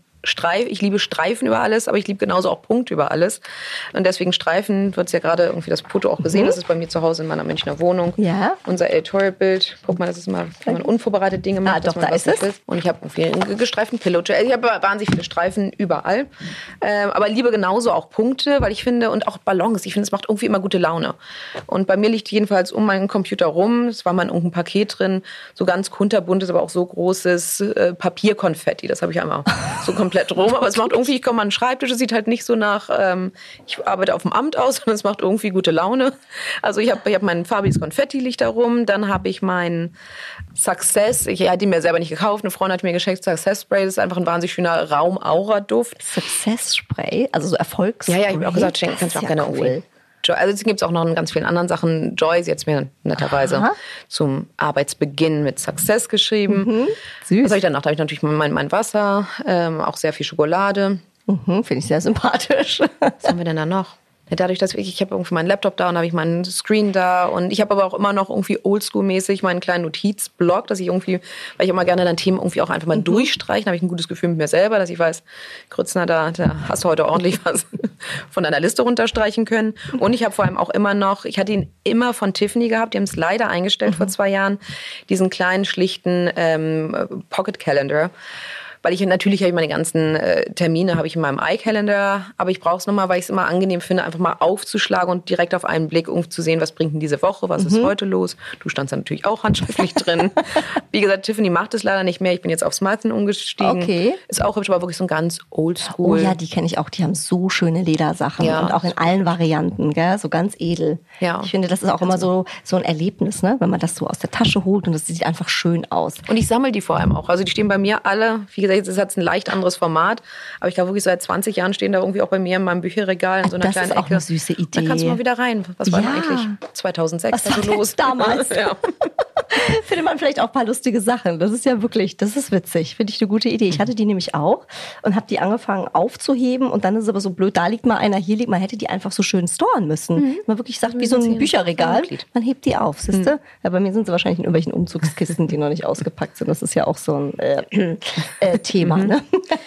ich liebe Streifen über alles, aber ich liebe genauso auch Punkte über alles. Und deswegen Streifen, du hast ja gerade irgendwie das Foto auch gesehen, das ist bei mir zu Hause in meiner Münchner Wohnung. Ja. Unser Editorial-Bild. Guck mal, das ist mal, wenn man unvorbereitete Dinge macht. Doch, da ist es. Und ich habe einen gestreiften Pillow. Ich habe wahnsinnig viele Streifen überall. Aber liebe genauso auch Punkte, weil ich finde, und auch Ballons, ich finde, es macht irgendwie immer gute Laune. Und bei mir liegt jedenfalls um meinen Computer rum, es war mal in irgendein Paket drin, so ganz kunterbuntes, aber auch so großes Papierkonfetti. Das habe ich einmal so komplett rum, aber es macht irgendwie, ich komme an den Schreibtisch, es sieht halt nicht so nach, ich arbeite auf dem Amt aus, sondern es macht irgendwie gute Laune. Also ich hab mein farbiges Konfetti liegt da rum, dann habe ich mein Success, ich hatte ihn mir selber nicht gekauft, eine Freundin hat mir geschenkt, Success Spray, das ist einfach ein wahnsinnig schöner Raum-Aura-Duft. Success Spray, also so Erfolgsspray? Ja, ich habe auch gesagt, schenken kannst du auch gerne irgendwie. Also es gibt auch noch in ganz vielen anderen Sachen. Joy, sie hat mir netterweise zum Arbeitsbeginn mit Success geschrieben. Süß. Was habe ich danach? Da habe ich natürlich mein Wasser, auch sehr viel Schokolade. Finde ich sehr sympathisch. Was haben wir denn da noch? Dadurch, dass ich habe irgendwie meinen Laptop da und habe ich meinen Screen da und ich habe aber auch immer noch irgendwie oldschool-mäßig meinen kleinen Notizblock, dass ich irgendwie, weil ich immer gerne dann Themen irgendwie auch einfach mal durchstreichen, habe ich ein gutes Gefühl mit mir selber, dass ich weiß, Grützner, da hast du heute ordentlich was von deiner Liste runterstreichen können. Und ich habe vor allem auch immer noch, ich hatte ihn immer von Tiffany gehabt, die haben es leider eingestellt vor 2 Jahren, diesen kleinen, schlichten Pocket Calendar. Weil natürlich habe ich meine ganzen Termine habe ich in meinem iCalendar, aber ich brauche es nochmal, weil ich es immer angenehm finde, einfach mal aufzuschlagen und direkt auf einen Blick zu sehen, was bringt denn diese Woche, was ist heute los. Du standst da natürlich auch handschriftlich drin. Wie gesagt, Tiffany macht es leider nicht mehr. Ich bin jetzt auf Smythen umgestiegen. Okay. Ist auch hübsch, aber wirklich so ein ganz oldschool. Oh ja, die kenne ich auch. Die haben so schöne Ledersachen und auch in allen Varianten, gell? So ganz edel. Ja. Ich finde, das ist auch immer so ein Erlebnis, ne? Wenn man das so aus der Tasche holt und das sieht einfach schön aus. Und ich sammle die vor allem auch. Also die stehen bei mir alle, wie gesagt, es hat ein leicht anderes Format, aber ich glaube wirklich seit 20 Jahren stehen da irgendwie auch bei mir in meinem Bücherregal in so einer kleinen Ecke. Das ist auch eine süße Idee. Da kannst du mal wieder rein. Was war denn eigentlich 2006 was war los damals? Ja. Findet man vielleicht auch ein paar lustige Sachen. Das ist ja wirklich, das ist witzig. Finde ich eine gute Idee. Ich hatte die nämlich auch und habe die angefangen aufzuheben und dann ist es aber so blöd, da liegt mal einer, hier liegt, man hätte die einfach so schön storen müssen. Man wirklich sagt, wie so ein Bücherregal, man hebt die auf, siehst du? Ja, bei mir sind sie wahrscheinlich in irgendwelchen Umzugskisten, die noch nicht ausgepackt sind. Das ist ja auch so ein Thema, ne?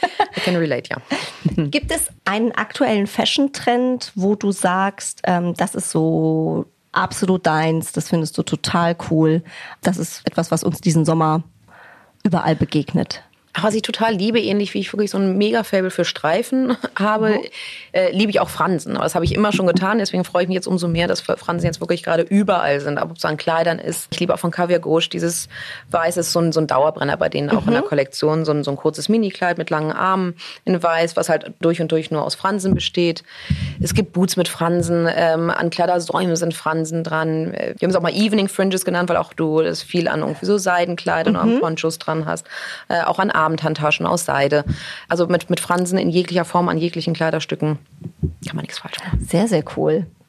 I can relate, ja. Gibt es einen aktuellen Fashion-Trend, wo du sagst, das ist so absolut deins, das findest du total cool, das ist etwas, was uns diesen Sommer überall begegnet? Was ich total liebe, ähnlich wie ich wirklich so ein Mega-Fable für Streifen habe, liebe ich auch Fransen. Aber das habe ich immer schon getan, deswegen freue ich mich jetzt umso mehr, dass Fransen jetzt wirklich gerade überall sind. Ob es an Kleidern ist. Ich liebe auch von Caviar Gauche dieses Weiß, ist so ein Dauerbrenner bei denen auch in der Kollektion. So ein kurzes Minikleid mit langen Armen in Weiß, was halt durch und durch nur aus Fransen besteht. Es gibt Boots mit Fransen, an Kleidersäumen sind Fransen dran. Wir haben es auch mal Evening Fringes genannt, weil auch du das viel an irgendwie so Seidenkleidern oder an Ponchos dran hast. Auch an Abendhandtaschen aus Seide. Also mit Fransen in jeglicher Form an jeglichen Kleiderstücken kann man nichts falsch machen. Sehr, sehr cool.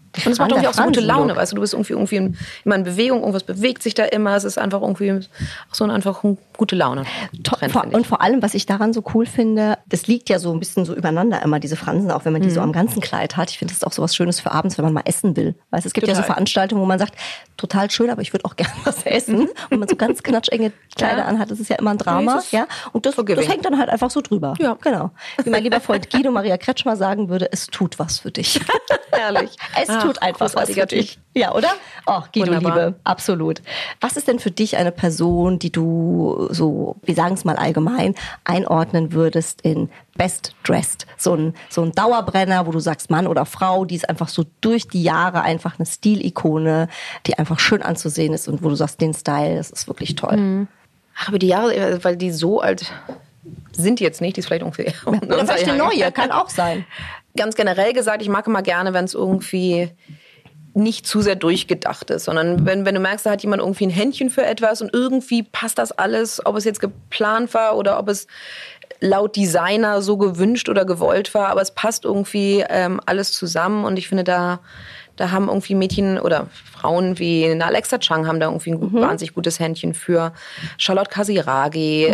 Und es macht irgendwie auch so gute Laune, weißt du, du bist irgendwie immer in Bewegung, irgendwas bewegt sich da immer, es ist einfach irgendwie auch so einfach eine gute Laune. Und vor allem, was ich daran so cool finde, das liegt ja so ein bisschen so übereinander immer, diese Fransen, auch wenn man die so am ganzen Kleid hat. Ich finde, das ist auch so was Schönes für abends, wenn man mal essen will. Weißt, es gibt ja so Veranstaltungen, wo man sagt, total schön, aber ich würde auch gerne was essen. Und man so ganz knatschenge Kleider anhat, das ist ja immer ein Drama. Ja? Und das hängt dann halt einfach so drüber. Ja. Genau. Wie mein lieber Freund Guido Maria Kretschmer sagen würde, es tut was für dich. Herrlich. Es tut einfach was für dich. Ja, oder? Oh, Guido, Liebe, absolut. Was ist denn für dich eine Person, die du so, wir sagen es mal allgemein, einordnen würdest in Best Dressed? So ein Dauerbrenner, wo du sagst, Mann oder Frau, die ist einfach so durch die Jahre einfach eine Stilikone, die einfach schön anzusehen ist und wo du sagst, den Style, das ist wirklich toll. Ach, aber die Jahre, weil die so alt sind jetzt nicht, die ist vielleicht irgendwie... Oder vielleicht eine neue, kann auch sein. Ganz generell gesagt, ich mag immer gerne, wenn es irgendwie nicht zu sehr durchgedacht ist, sondern wenn du merkst, da hat jemand irgendwie ein Händchen für etwas und irgendwie passt das alles, ob es jetzt geplant war oder ob es laut Designer so gewünscht oder gewollt war, aber es passt irgendwie alles zusammen und ich finde, da haben irgendwie Mädchen oder Frauen wie eine Alexa Chung haben da irgendwie ein wahnsinnig gutes Händchen für. Charlotte Casiraghi,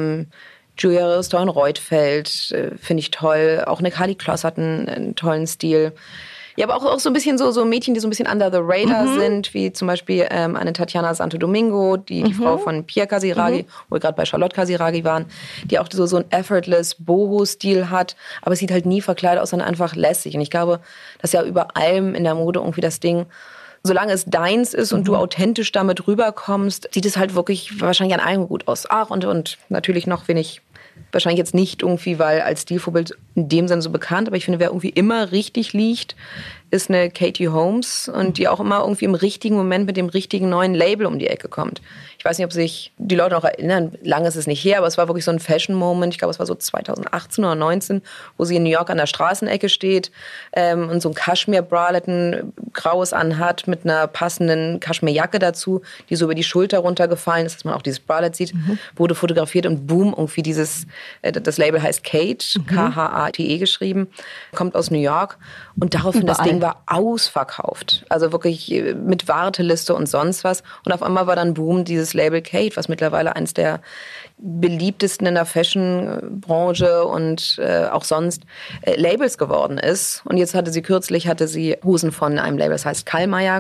Julia Steuern-Reutfeld finde ich toll. Auch eine Kali Kloss hat einen tollen Stil. Ja, aber auch so ein bisschen so Mädchen, die so ein bisschen under the radar sind, wie zum Beispiel eine Tatjana Santo Domingo, die Frau von Pierre Casiraghi, wo wir gerade bei Charlotte Casiraghi waren, die auch so einen effortless Boho-Stil hat, aber es sieht halt nie verkleidet aus, sondern einfach lässig. Und ich glaube, das ist ja über allem in der Mode irgendwie das Ding, solange es deins ist und du authentisch damit rüberkommst, sieht es halt wirklich wahrscheinlich an allem gut aus. Ach, und natürlich noch wenig, wahrscheinlich jetzt nicht irgendwie, weil als Stilvorbild in dem Sinne so bekannt, aber ich finde, wer irgendwie immer richtig liegt, ist eine Katie Holmes und die auch immer irgendwie im richtigen Moment mit dem richtigen neuen Label um die Ecke kommt. Ich weiß nicht, ob sich die Leute noch erinnern, lange ist es nicht her, aber es war wirklich so ein Fashion-Moment, ich glaube, es war so 2018 oder 2019, wo sie in New York an der Straßenecke steht und so ein Kaschmir-Bralette, ein graues anhat mit einer passenden Kaschmirjacke dazu, die so über die Schulter runtergefallen ist, dass man auch dieses Bralette sieht, wurde fotografiert und boom, irgendwie das Label heißt Kate, K-H-A-T-E geschrieben, kommt aus New York und daraufhin das Ding war ausverkauft. Also wirklich mit Warteliste und sonst was. Und auf einmal war dann Boom dieses Label Kate, was mittlerweile eines der beliebtesten in der Fashion-Branche und auch sonst Labels geworden ist. Und jetzt hatte sie Hosen von einem Label, das heißt Kallmeyer,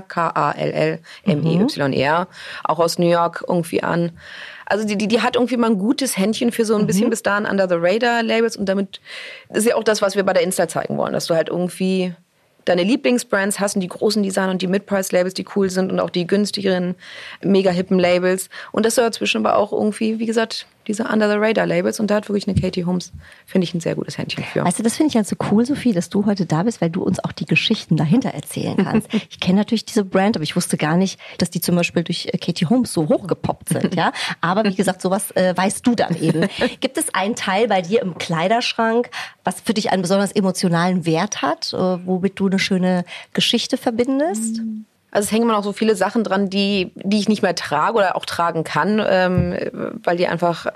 K-A-L-L-M-E-Y-E-R, auch aus New York irgendwie an. Also die hat irgendwie mal ein gutes Händchen für so ein bisschen bis dahin under the radar Labels und damit ist ja auch das, was wir bei der Insta zeigen wollen, dass du halt irgendwie deine Lieblingsbrands hast und die großen Designer und die Mid-Price-Labels, die cool sind und auch die günstigeren, mega hippen Labels. Und das so dazwischen aber auch irgendwie, wie gesagt, diese Under-the-Radar-Labels. Und da hat wirklich eine Katie Holmes, finde ich, ein sehr gutes Händchen für. Weißt du, das finde ich halt so cool, Sophie, dass du heute da bist, weil du uns auch die Geschichten dahinter erzählen kannst. Ich kenne natürlich diese Brand, aber ich wusste gar nicht, dass die zum Beispiel durch Katie Holmes so hochgepoppt sind. Ja? Aber wie gesagt, sowas weißt du dann eben. Gibt es einen Teil bei dir im Kleiderschrank, was für dich einen besonders emotionalen Wert hat, womit du eine schöne Geschichte verbindest? Also es hängen immer noch so viele Sachen dran, die ich nicht mehr trage oder auch tragen kann, weil die einfach,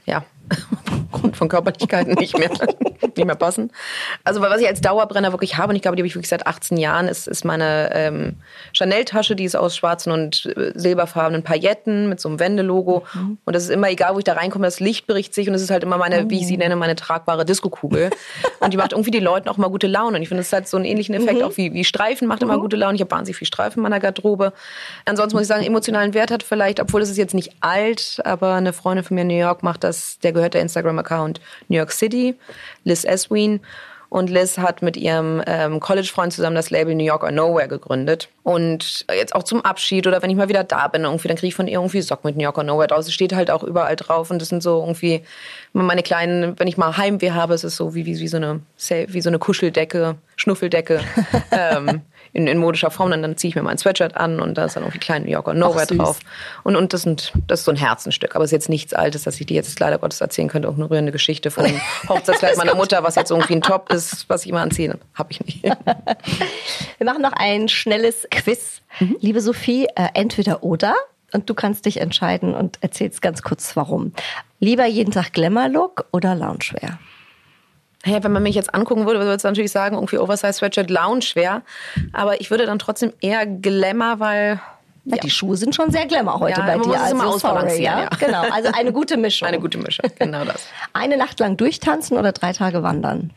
aufgrund von Körperlichkeiten nicht mehr passen. Also was ich als Dauerbrenner wirklich habe, und ich glaube, die habe ich wirklich seit 18 Jahren, ist meine Chanel-Tasche, die ist aus schwarzen und silberfarbenen Pailletten mit so einem Wendelogo. Und das ist immer, egal wo ich da reinkomme, das Licht bricht sich und es ist halt immer meine, wie ich sie nenne, meine tragbare Disco-Kugel. Und die macht irgendwie den Leuten auch mal gute Laune. Und ich finde, das hat so einen ähnlichen Effekt auch wie Streifen, macht immer gute Laune. Ich habe wahnsinnig viel Streifen in meiner Garderobe. Ansonsten muss ich sagen, emotionalen Wert hat vielleicht, obwohl es ist jetzt nicht alt, aber eine Freundin von mir in New York macht das, der gehört der Instagram-Account New York City, Liz Eswin. Und Liz hat mit ihrem College-Freund zusammen das Label New York or Nowhere gegründet. Und jetzt auch zum Abschied oder wenn ich mal wieder da bin, irgendwie, dann kriege ich von ihr irgendwie Socken mit New York or Nowhere draus. Es steht halt auch überall drauf. Und das sind so irgendwie meine kleinen, wenn ich mal Heimweh habe, es ist so wie so eine Kuscheldecke, Schnuffeldecke in modischer Form. Und dann ziehe ich mir mein Sweatshirt an und da ist dann irgendwie klein New York or Nowhere drauf. Und das ist so ein Herzenstück. Aber es ist jetzt nichts Altes, dass ich dir jetzt leider Gottes erzählen könnte. Auch eine rührende Geschichte von dem Hochzeitskleid meiner Mutter, was jetzt irgendwie ein Top ist, was ich immer anziehe. Habe ich nicht. Wir machen noch ein schnelles Quiz. Liebe Sophie, entweder oder. Und du kannst dich entscheiden und erzählst ganz kurz, warum. Lieber jeden Tag Glamour-Look oder Loungewear? Naja, wenn man mich jetzt angucken würde es natürlich sagen, irgendwie Oversize Sweatshirt Loungewear. Aber ich würde dann trotzdem eher Glamour, weil... Ja, die Schuhe sind schon sehr Glamour heute bei dir. Man muss es immer also ausbalancieren, ja? Genau, also eine gute Mischung. Eine gute Mischung, genau das. Eine Nacht lang durchtanzen oder 3 Tage wandern?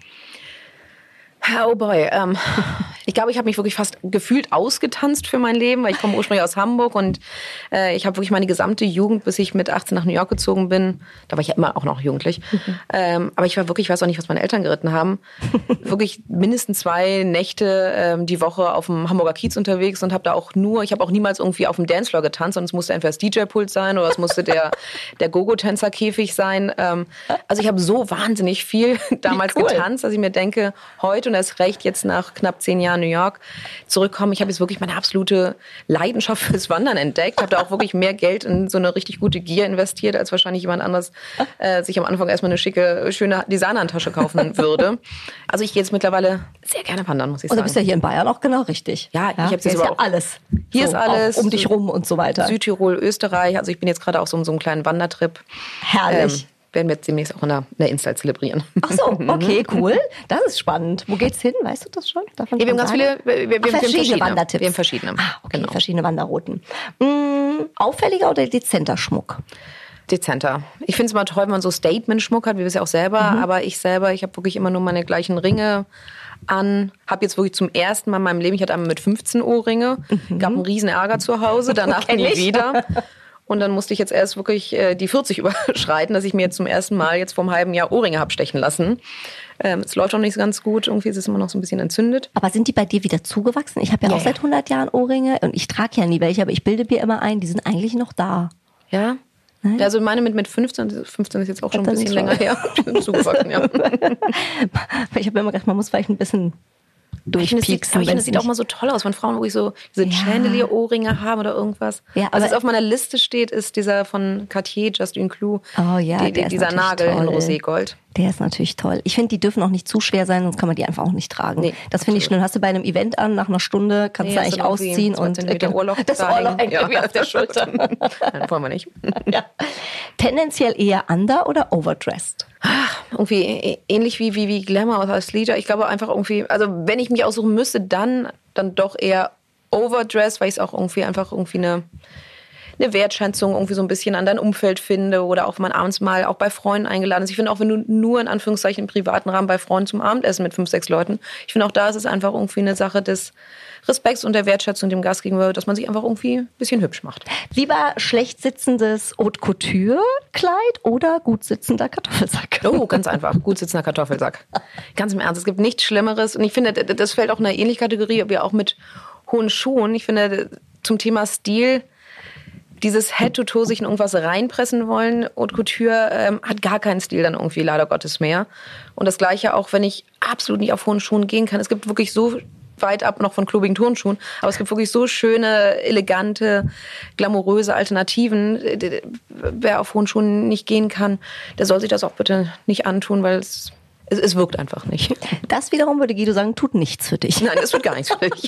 Oh boy, ich glaube, ich habe mich wirklich fast gefühlt ausgetanzt für mein Leben, weil ich komme ursprünglich aus Hamburg und ich habe wirklich meine gesamte Jugend, bis ich mit 18 nach New York gezogen bin, da war ich ja immer auch noch jugendlich, aber ich war wirklich, ich weiß auch nicht, was meine Eltern geritten haben, wirklich mindestens 2 Nächte die Woche auf dem Hamburger Kiez unterwegs und habe auch niemals irgendwie auf dem Dancefloor getanzt, und es musste entweder das DJ-Pult sein oder es musste der Gogo-Tänzerkäfig sein. Also ich habe so wahnsinnig viel damals getanzt, dass ich mir denke, heute und erst recht jetzt nach knapp 10 Jahren New York zurückkommen. Ich habe jetzt wirklich meine absolute Leidenschaft fürs Wandern entdeckt. Habe da auch wirklich mehr Geld in so eine richtig gute Gear investiert, als wahrscheinlich jemand anderes sich am Anfang erstmal eine schicke, schöne Designerhandtasche kaufen würde. Also ich gehe jetzt mittlerweile sehr gerne wandern, muss ich sagen. Und du bist ja hier in Bayern auch genau richtig. Ja, ich habe jetzt hier aber ist ja alles. Hier ist alles. Um dich rum und so weiter. Südtirol, Österreich. Also ich bin jetzt gerade auf so einem kleinen Wandertrip. Herrlich. Werden wir jetzt demnächst auch in der Install zelebrieren. Ach so, okay, cool. Das ist spannend. Wo geht's hin? Weißt du das schon? Wir haben ganz viele, wir haben verschiedene Wandertipps. Wir haben verschiedene. Okay, genau. Verschiedene Wanderrouten. Auffälliger oder dezenter Schmuck? Dezenter. Ich finde es immer toll, wenn man so Statement-Schmuck hat, wie wir es ja auch selber. Aber ich habe wirklich immer nur meine gleichen Ringe an. Habe jetzt wirklich zum ersten Mal in meinem Leben, ich hatte einmal mit 15 Ohrringe, gab einen riesen Ärger zu Hause, danach nie wieder. Und dann musste ich jetzt erst wirklich die 40 überschreiten, dass ich mir jetzt zum ersten Mal jetzt vor einem halben Jahr Ohrringe habe stechen lassen. Es läuft auch nicht ganz gut, irgendwie ist es immer noch so ein bisschen entzündet. Aber sind die bei dir wieder zugewachsen? Ich habe ja auch seit 100 Jahren Ohrringe und ich trage ja nie welche, aber ich bilde mir immer ein, die sind eigentlich noch da. Ja? Nein? Also meine mit 15 ist jetzt auch schon ein bisschen länger her. Die sind zugewachsen, ja. Ich habe immer gedacht, man muss vielleicht ein bisschen durchpieksen. Ich finde, das sieht auch mal so toll aus, wenn Frauen wirklich so diese Chandelier-Ohrringe haben oder irgendwas. Ja, was jetzt auf meiner Liste steht, ist dieser von Cartier, Just Une Clou. Oh ja, dieser Nagel toll. In Roségold. Der ist natürlich toll. Ich finde, die dürfen auch nicht zu schwer sein, sonst kann man die einfach auch nicht tragen. Nee, das finde ich schlimm. Hast du bei einem Event an, nach einer Stunde, kannst du eigentlich ausziehen und der Ohrloch das Ohrloch hängt irgendwie auf der Schulter. Nein, wollen wir nicht. Ja. Tendenziell eher under- oder overdressed? Irgendwie ähnlich wie Glamour oder Sleater. Ich glaube einfach irgendwie, also wenn ich mich aussuchen müsste, dann doch eher overdressed, weil ich es auch irgendwie eine Wertschätzung irgendwie so ein bisschen an dein Umfeld finde oder auch wenn man abends mal auch bei Freunden eingeladen ist. Ich finde auch, wenn du nur in Anführungszeichen im privaten Rahmen bei Freunden zum Abendessen mit 5, 6 Leuten, ich finde auch da ist es einfach irgendwie eine Sache des Respekts und der Wertschätzung dem Gast gegenüber, dass man sich einfach irgendwie ein bisschen hübsch macht. Lieber schlecht sitzendes Haute Couture Kleid oder gut sitzender Kartoffelsack? Oh, ganz einfach. Gut sitzender Kartoffelsack. Ganz im Ernst. Es gibt nichts Schlimmeres. Und ich finde, das fällt auch in eine ähnliche Kategorie, wie auch mit hohen Schuhen. Ich finde, zum Thema Stil, dieses Head-to-Toe sich in irgendwas reinpressen wollen, Haute Couture hat gar keinen Stil dann irgendwie, leider Gottes mehr. Und das Gleiche auch, wenn ich absolut nicht auf hohen Schuhen gehen kann. Es gibt wirklich so weit ab noch von klobigen Turnschuhen, aber es gibt wirklich so schöne, elegante, glamouröse Alternativen. Wer auf hohen Schuhen nicht gehen kann, der soll sich das auch bitte nicht antun, weil es wirkt einfach nicht. Das wiederum, würde Guido sagen, tut nichts für dich. Nein, das tut gar nichts für dich.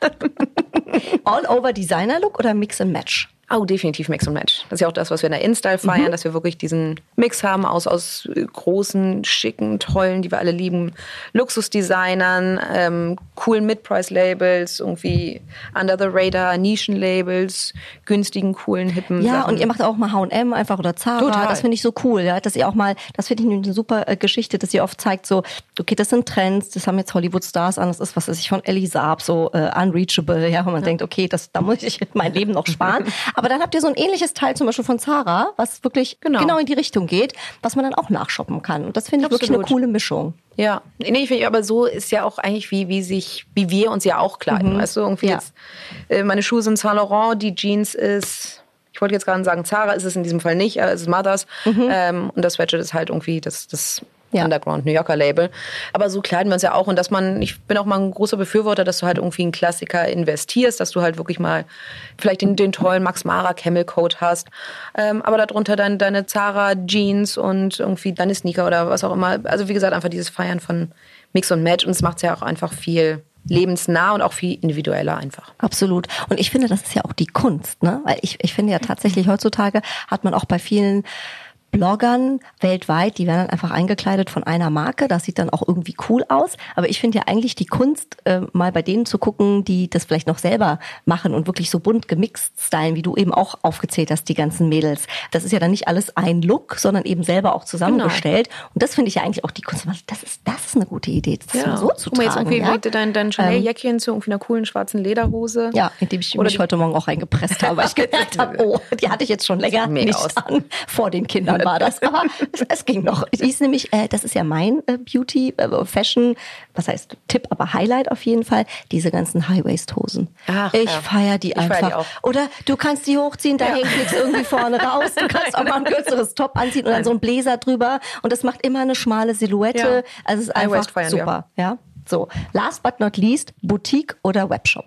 All-over-Designer-Look oder Mix and Match? Oh, definitiv Mix und Match. Das ist ja auch das, was wir in der InStyle feiern, dass wir wirklich diesen Mix haben aus großen, schicken, tollen, die wir alle lieben, Luxusdesignern, coolen Mid-Price-Labels, irgendwie Under-the-Radar, Nischen-Labels, günstigen, coolen, hippen Ja, Sachen. Und ihr macht auch mal H&M einfach oder Zara. Total. Das finde ich so cool, ja, dass ihr auch mal, das finde ich eine super Geschichte, dass ihr oft zeigt so, okay, das sind Trends, das haben jetzt Hollywood-Stars an, das ist, was weiß ich, von Ellie Saab, so unreachable, ja, wo man denkt, okay, da muss ich mein Leben noch sparen. Aber dann habt ihr so ein ähnliches Teil zum Beispiel von Zara, was wirklich genau in die Richtung geht, was man dann auch nachshoppen kann. Und das finde ich wirklich eine coole Mischung. Ja, nee, ich finde, aber so ist ja auch eigentlich, wie wir uns ja auch kleiden. Weißt du, irgendwie jetzt, meine Schuhe sind Saint Laurent, die Jeans ist, ich wollte jetzt gerade sagen, Zara ist es in diesem Fall nicht, es ist Mothers. Und das Sweatshirt ist halt irgendwie das Underground New Yorker Label. Aber so kleiden wir uns ja auch. Und ich bin auch mal ein großer Befürworter, dass du halt irgendwie einen Klassiker investierst, dass du halt wirklich mal vielleicht den tollen Max Mara Camel Coat hast. Aber darunter deine Zara Jeans und irgendwie deine Sneaker oder was auch immer. Also wie gesagt, einfach dieses Feiern von Mix und Match. Und es macht es ja auch einfach viel lebensnah und auch viel individueller einfach. Absolut. Und ich finde, das ist ja auch die Kunst, ne? Weil ich finde ja tatsächlich, heutzutage hat man auch bei vielen Bloggern weltweit, die werden dann einfach eingekleidet von einer Marke. Das sieht dann auch irgendwie cool aus. Aber ich finde ja eigentlich die Kunst, mal bei denen zu gucken, die das vielleicht noch selber machen und wirklich so bunt gemixt stylen, wie du eben auch aufgezählt hast, die ganzen Mädels. Das ist ja dann nicht alles ein Look, sondern eben selber auch zusammengestellt. Genau. Und das finde ich ja eigentlich auch die Kunst. Das ist eine gute Idee, das mal so zu tragen. Jetzt irgendwie dein Chanel-Jäckchen zu irgendwie einer coolen schwarzen Lederhose. Ja, indem ich mich heute Morgen auch reingepresst habe, weil ich gedacht habe, oh, die hatte ich jetzt schon länger nicht an. Vor den Kindern war das. Aber es ging noch. Die ist nämlich, das ist ja mein Beauty, Fashion, was heißt Tipp, aber Highlight auf jeden Fall, diese ganzen High-Waist-Hosen. Ich feiere die einfach. Feier die auch. Oder du kannst die hochziehen, da hängt nichts irgendwie vorne raus. Du kannst auch mal ein kürzeres Top anziehen und dann so ein Bläser drüber. Und das macht immer eine schmale Silhouette. Ja. Also es ist einfach super. Ja. So, last but not least, Boutique oder Webshop?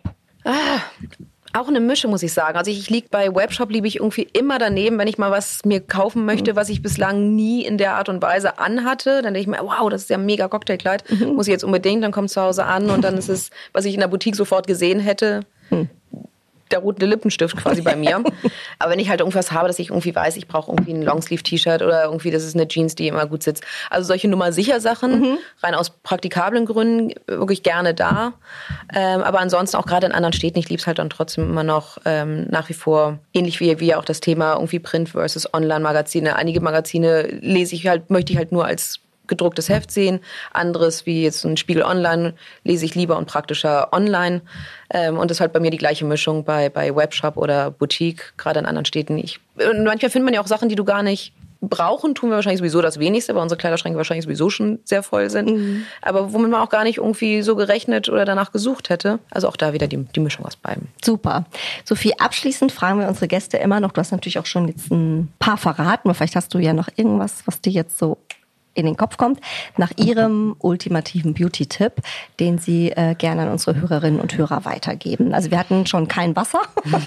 Auch eine Mische, muss ich sagen. Also ich liege bei Webshop, liebe ich irgendwie immer daneben, wenn ich mal was mir kaufen möchte, was ich bislang nie in der Art und Weise anhatte. Dann denke ich mir, wow, das ist ja ein mega Cocktailkleid. Muss ich jetzt unbedingt, dann kommt es zu Hause an und dann ist es, was ich in der Boutique sofort gesehen hätte, der rote Lippenstift quasi bei mir. Aber wenn ich halt irgendwas habe, dass ich irgendwie weiß, ich brauche irgendwie ein Longsleeve-T-Shirt oder irgendwie, das ist eine Jeans, die immer gut sitzt. Also solche Nummer-sicher-Sachen, rein aus praktikablen Gründen, wirklich gerne da. Aber ansonsten auch gerade in anderen Städten, ich liebe es halt dann trotzdem immer noch nach wie vor, ähnlich wie auch das Thema irgendwie Print versus Online-Magazine. Einige Magazine möchte ich halt nur als gedrucktes Heft sehen. Anderes, wie jetzt ein Spiegel Online, lese ich lieber und praktischer online. Und das ist halt bei mir die gleiche Mischung bei Webshop oder Boutique, gerade in anderen Städten. Manchmal findet man ja auch Sachen, die du gar nicht brauchen, tun wir wahrscheinlich sowieso das Wenigste, weil unsere Kleiderschränke wahrscheinlich sowieso schon sehr voll sind. Aber womit man auch gar nicht irgendwie so gerechnet oder danach gesucht hätte. Also auch da wieder die Mischung aus beiden. Super. Sophie, abschließend fragen wir unsere Gäste immer noch, du hast natürlich auch schon jetzt ein paar verraten, aber vielleicht hast du ja noch irgendwas, was dir jetzt so in den Kopf kommt, nach ihrem ultimativen Beauty-Tipp, den Sie gerne an unsere Hörerinnen und Hörer weitergeben. Also wir hatten schon kein Wasser,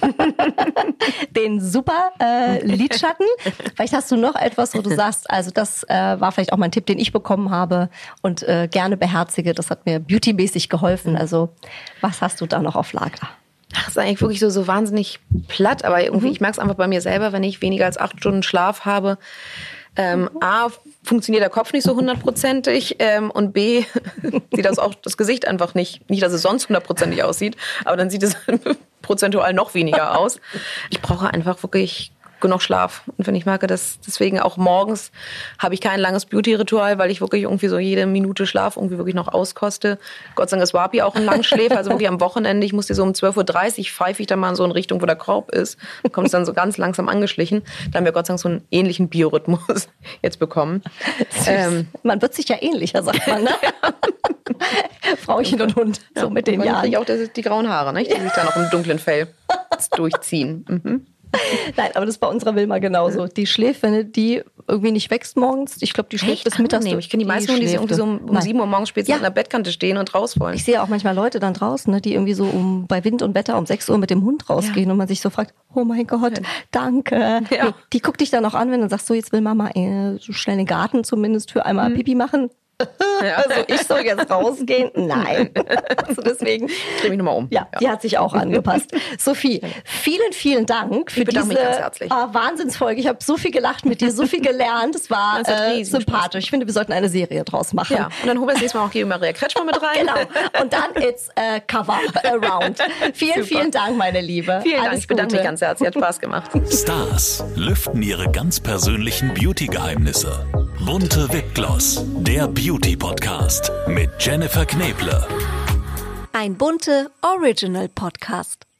den super Lidschatten. Vielleicht hast du noch etwas, wo du sagst, also das war vielleicht auch mein Tipp, den ich bekommen habe und gerne beherzige. Das hat mir beautymäßig geholfen. Also was hast du da noch auf Lager? Ach, ist eigentlich wirklich so wahnsinnig platt, aber irgendwie, ich merke es einfach bei mir selber, wenn ich weniger als 8 Stunden Schlaf habe, A, funktioniert der Kopf nicht so 100%ig und B, sieht das Gesicht einfach nicht, dass es sonst 100%ig aussieht, aber dann sieht es prozentual noch weniger aus. Ich brauche einfach wirklich genug Schlaf. Und wenn ich merke, dass deswegen auch morgens habe ich kein langes Beauty-Ritual, weil ich wirklich irgendwie so jede Minute Schlaf irgendwie wirklich noch auskoste. Gott sei Dank ist Wapi auch ein Langschläfer, also wirklich am Wochenende, ich musste so um 12.30 Uhr pfeife ich dann mal so in Richtung, wo der Korb ist. Da kommt es dann so ganz langsam angeschlichen. Da haben wir Gott sei Dank so einen ähnlichen Biorhythmus jetzt bekommen. Man wird sich ja ähnlicher, sagt man, ne? Frauchen und Hund, so mit den Jahren. Ich auch die grauen Haare, ne? Die sich da noch im dunklen Fell durchziehen. Nein, aber das ist bei unserer Wilma genauso. Die schläft, wenn die irgendwie nicht wächst morgens. Ich glaube, die schläft bis mittags. Ich kenne die meisten, die irgendwie so um 7 Uhr morgens spätestens an der Bettkante stehen und raus wollen. Ich sehe auch manchmal Leute dann draußen, ne, die irgendwie so bei Wind und Wetter um 6 Uhr mit dem Hund rausgehen und man sich so fragt, oh mein Gott, danke. Ja. Nee, die guckt dich dann auch an, wenn du sagst, so jetzt will Mama so schnell in den Garten zumindest für einmal Pipi machen. Also ich soll jetzt rausgehen? Nein. Also deswegen. Ich drehe mich nochmal um. Ja, die hat sich auch angepasst. Sophie, vielen, vielen Dank für diese Wahnsinnsfolge. Ich habe so viel gelacht mit dir, so viel gelernt. Es war sympathisch. Ich finde, wir sollten eine Serie draus machen. Ja. Und dann holen wir das nächste Mal auch hier Maria Kretschmer mit rein. Genau. Und dann it's cover around. Vielen, vielen Dank, meine Liebe. Vielen Dank. Ich bedanke mich ganz herzlich. Hat Spaß gemacht. Stars lüften ihre ganz persönlichen Beauty-Geheimnisse. Bunte Wipgloss, der Beauty-Podcast mit Jennifer Knebler. Ein Bunte Original Podcast.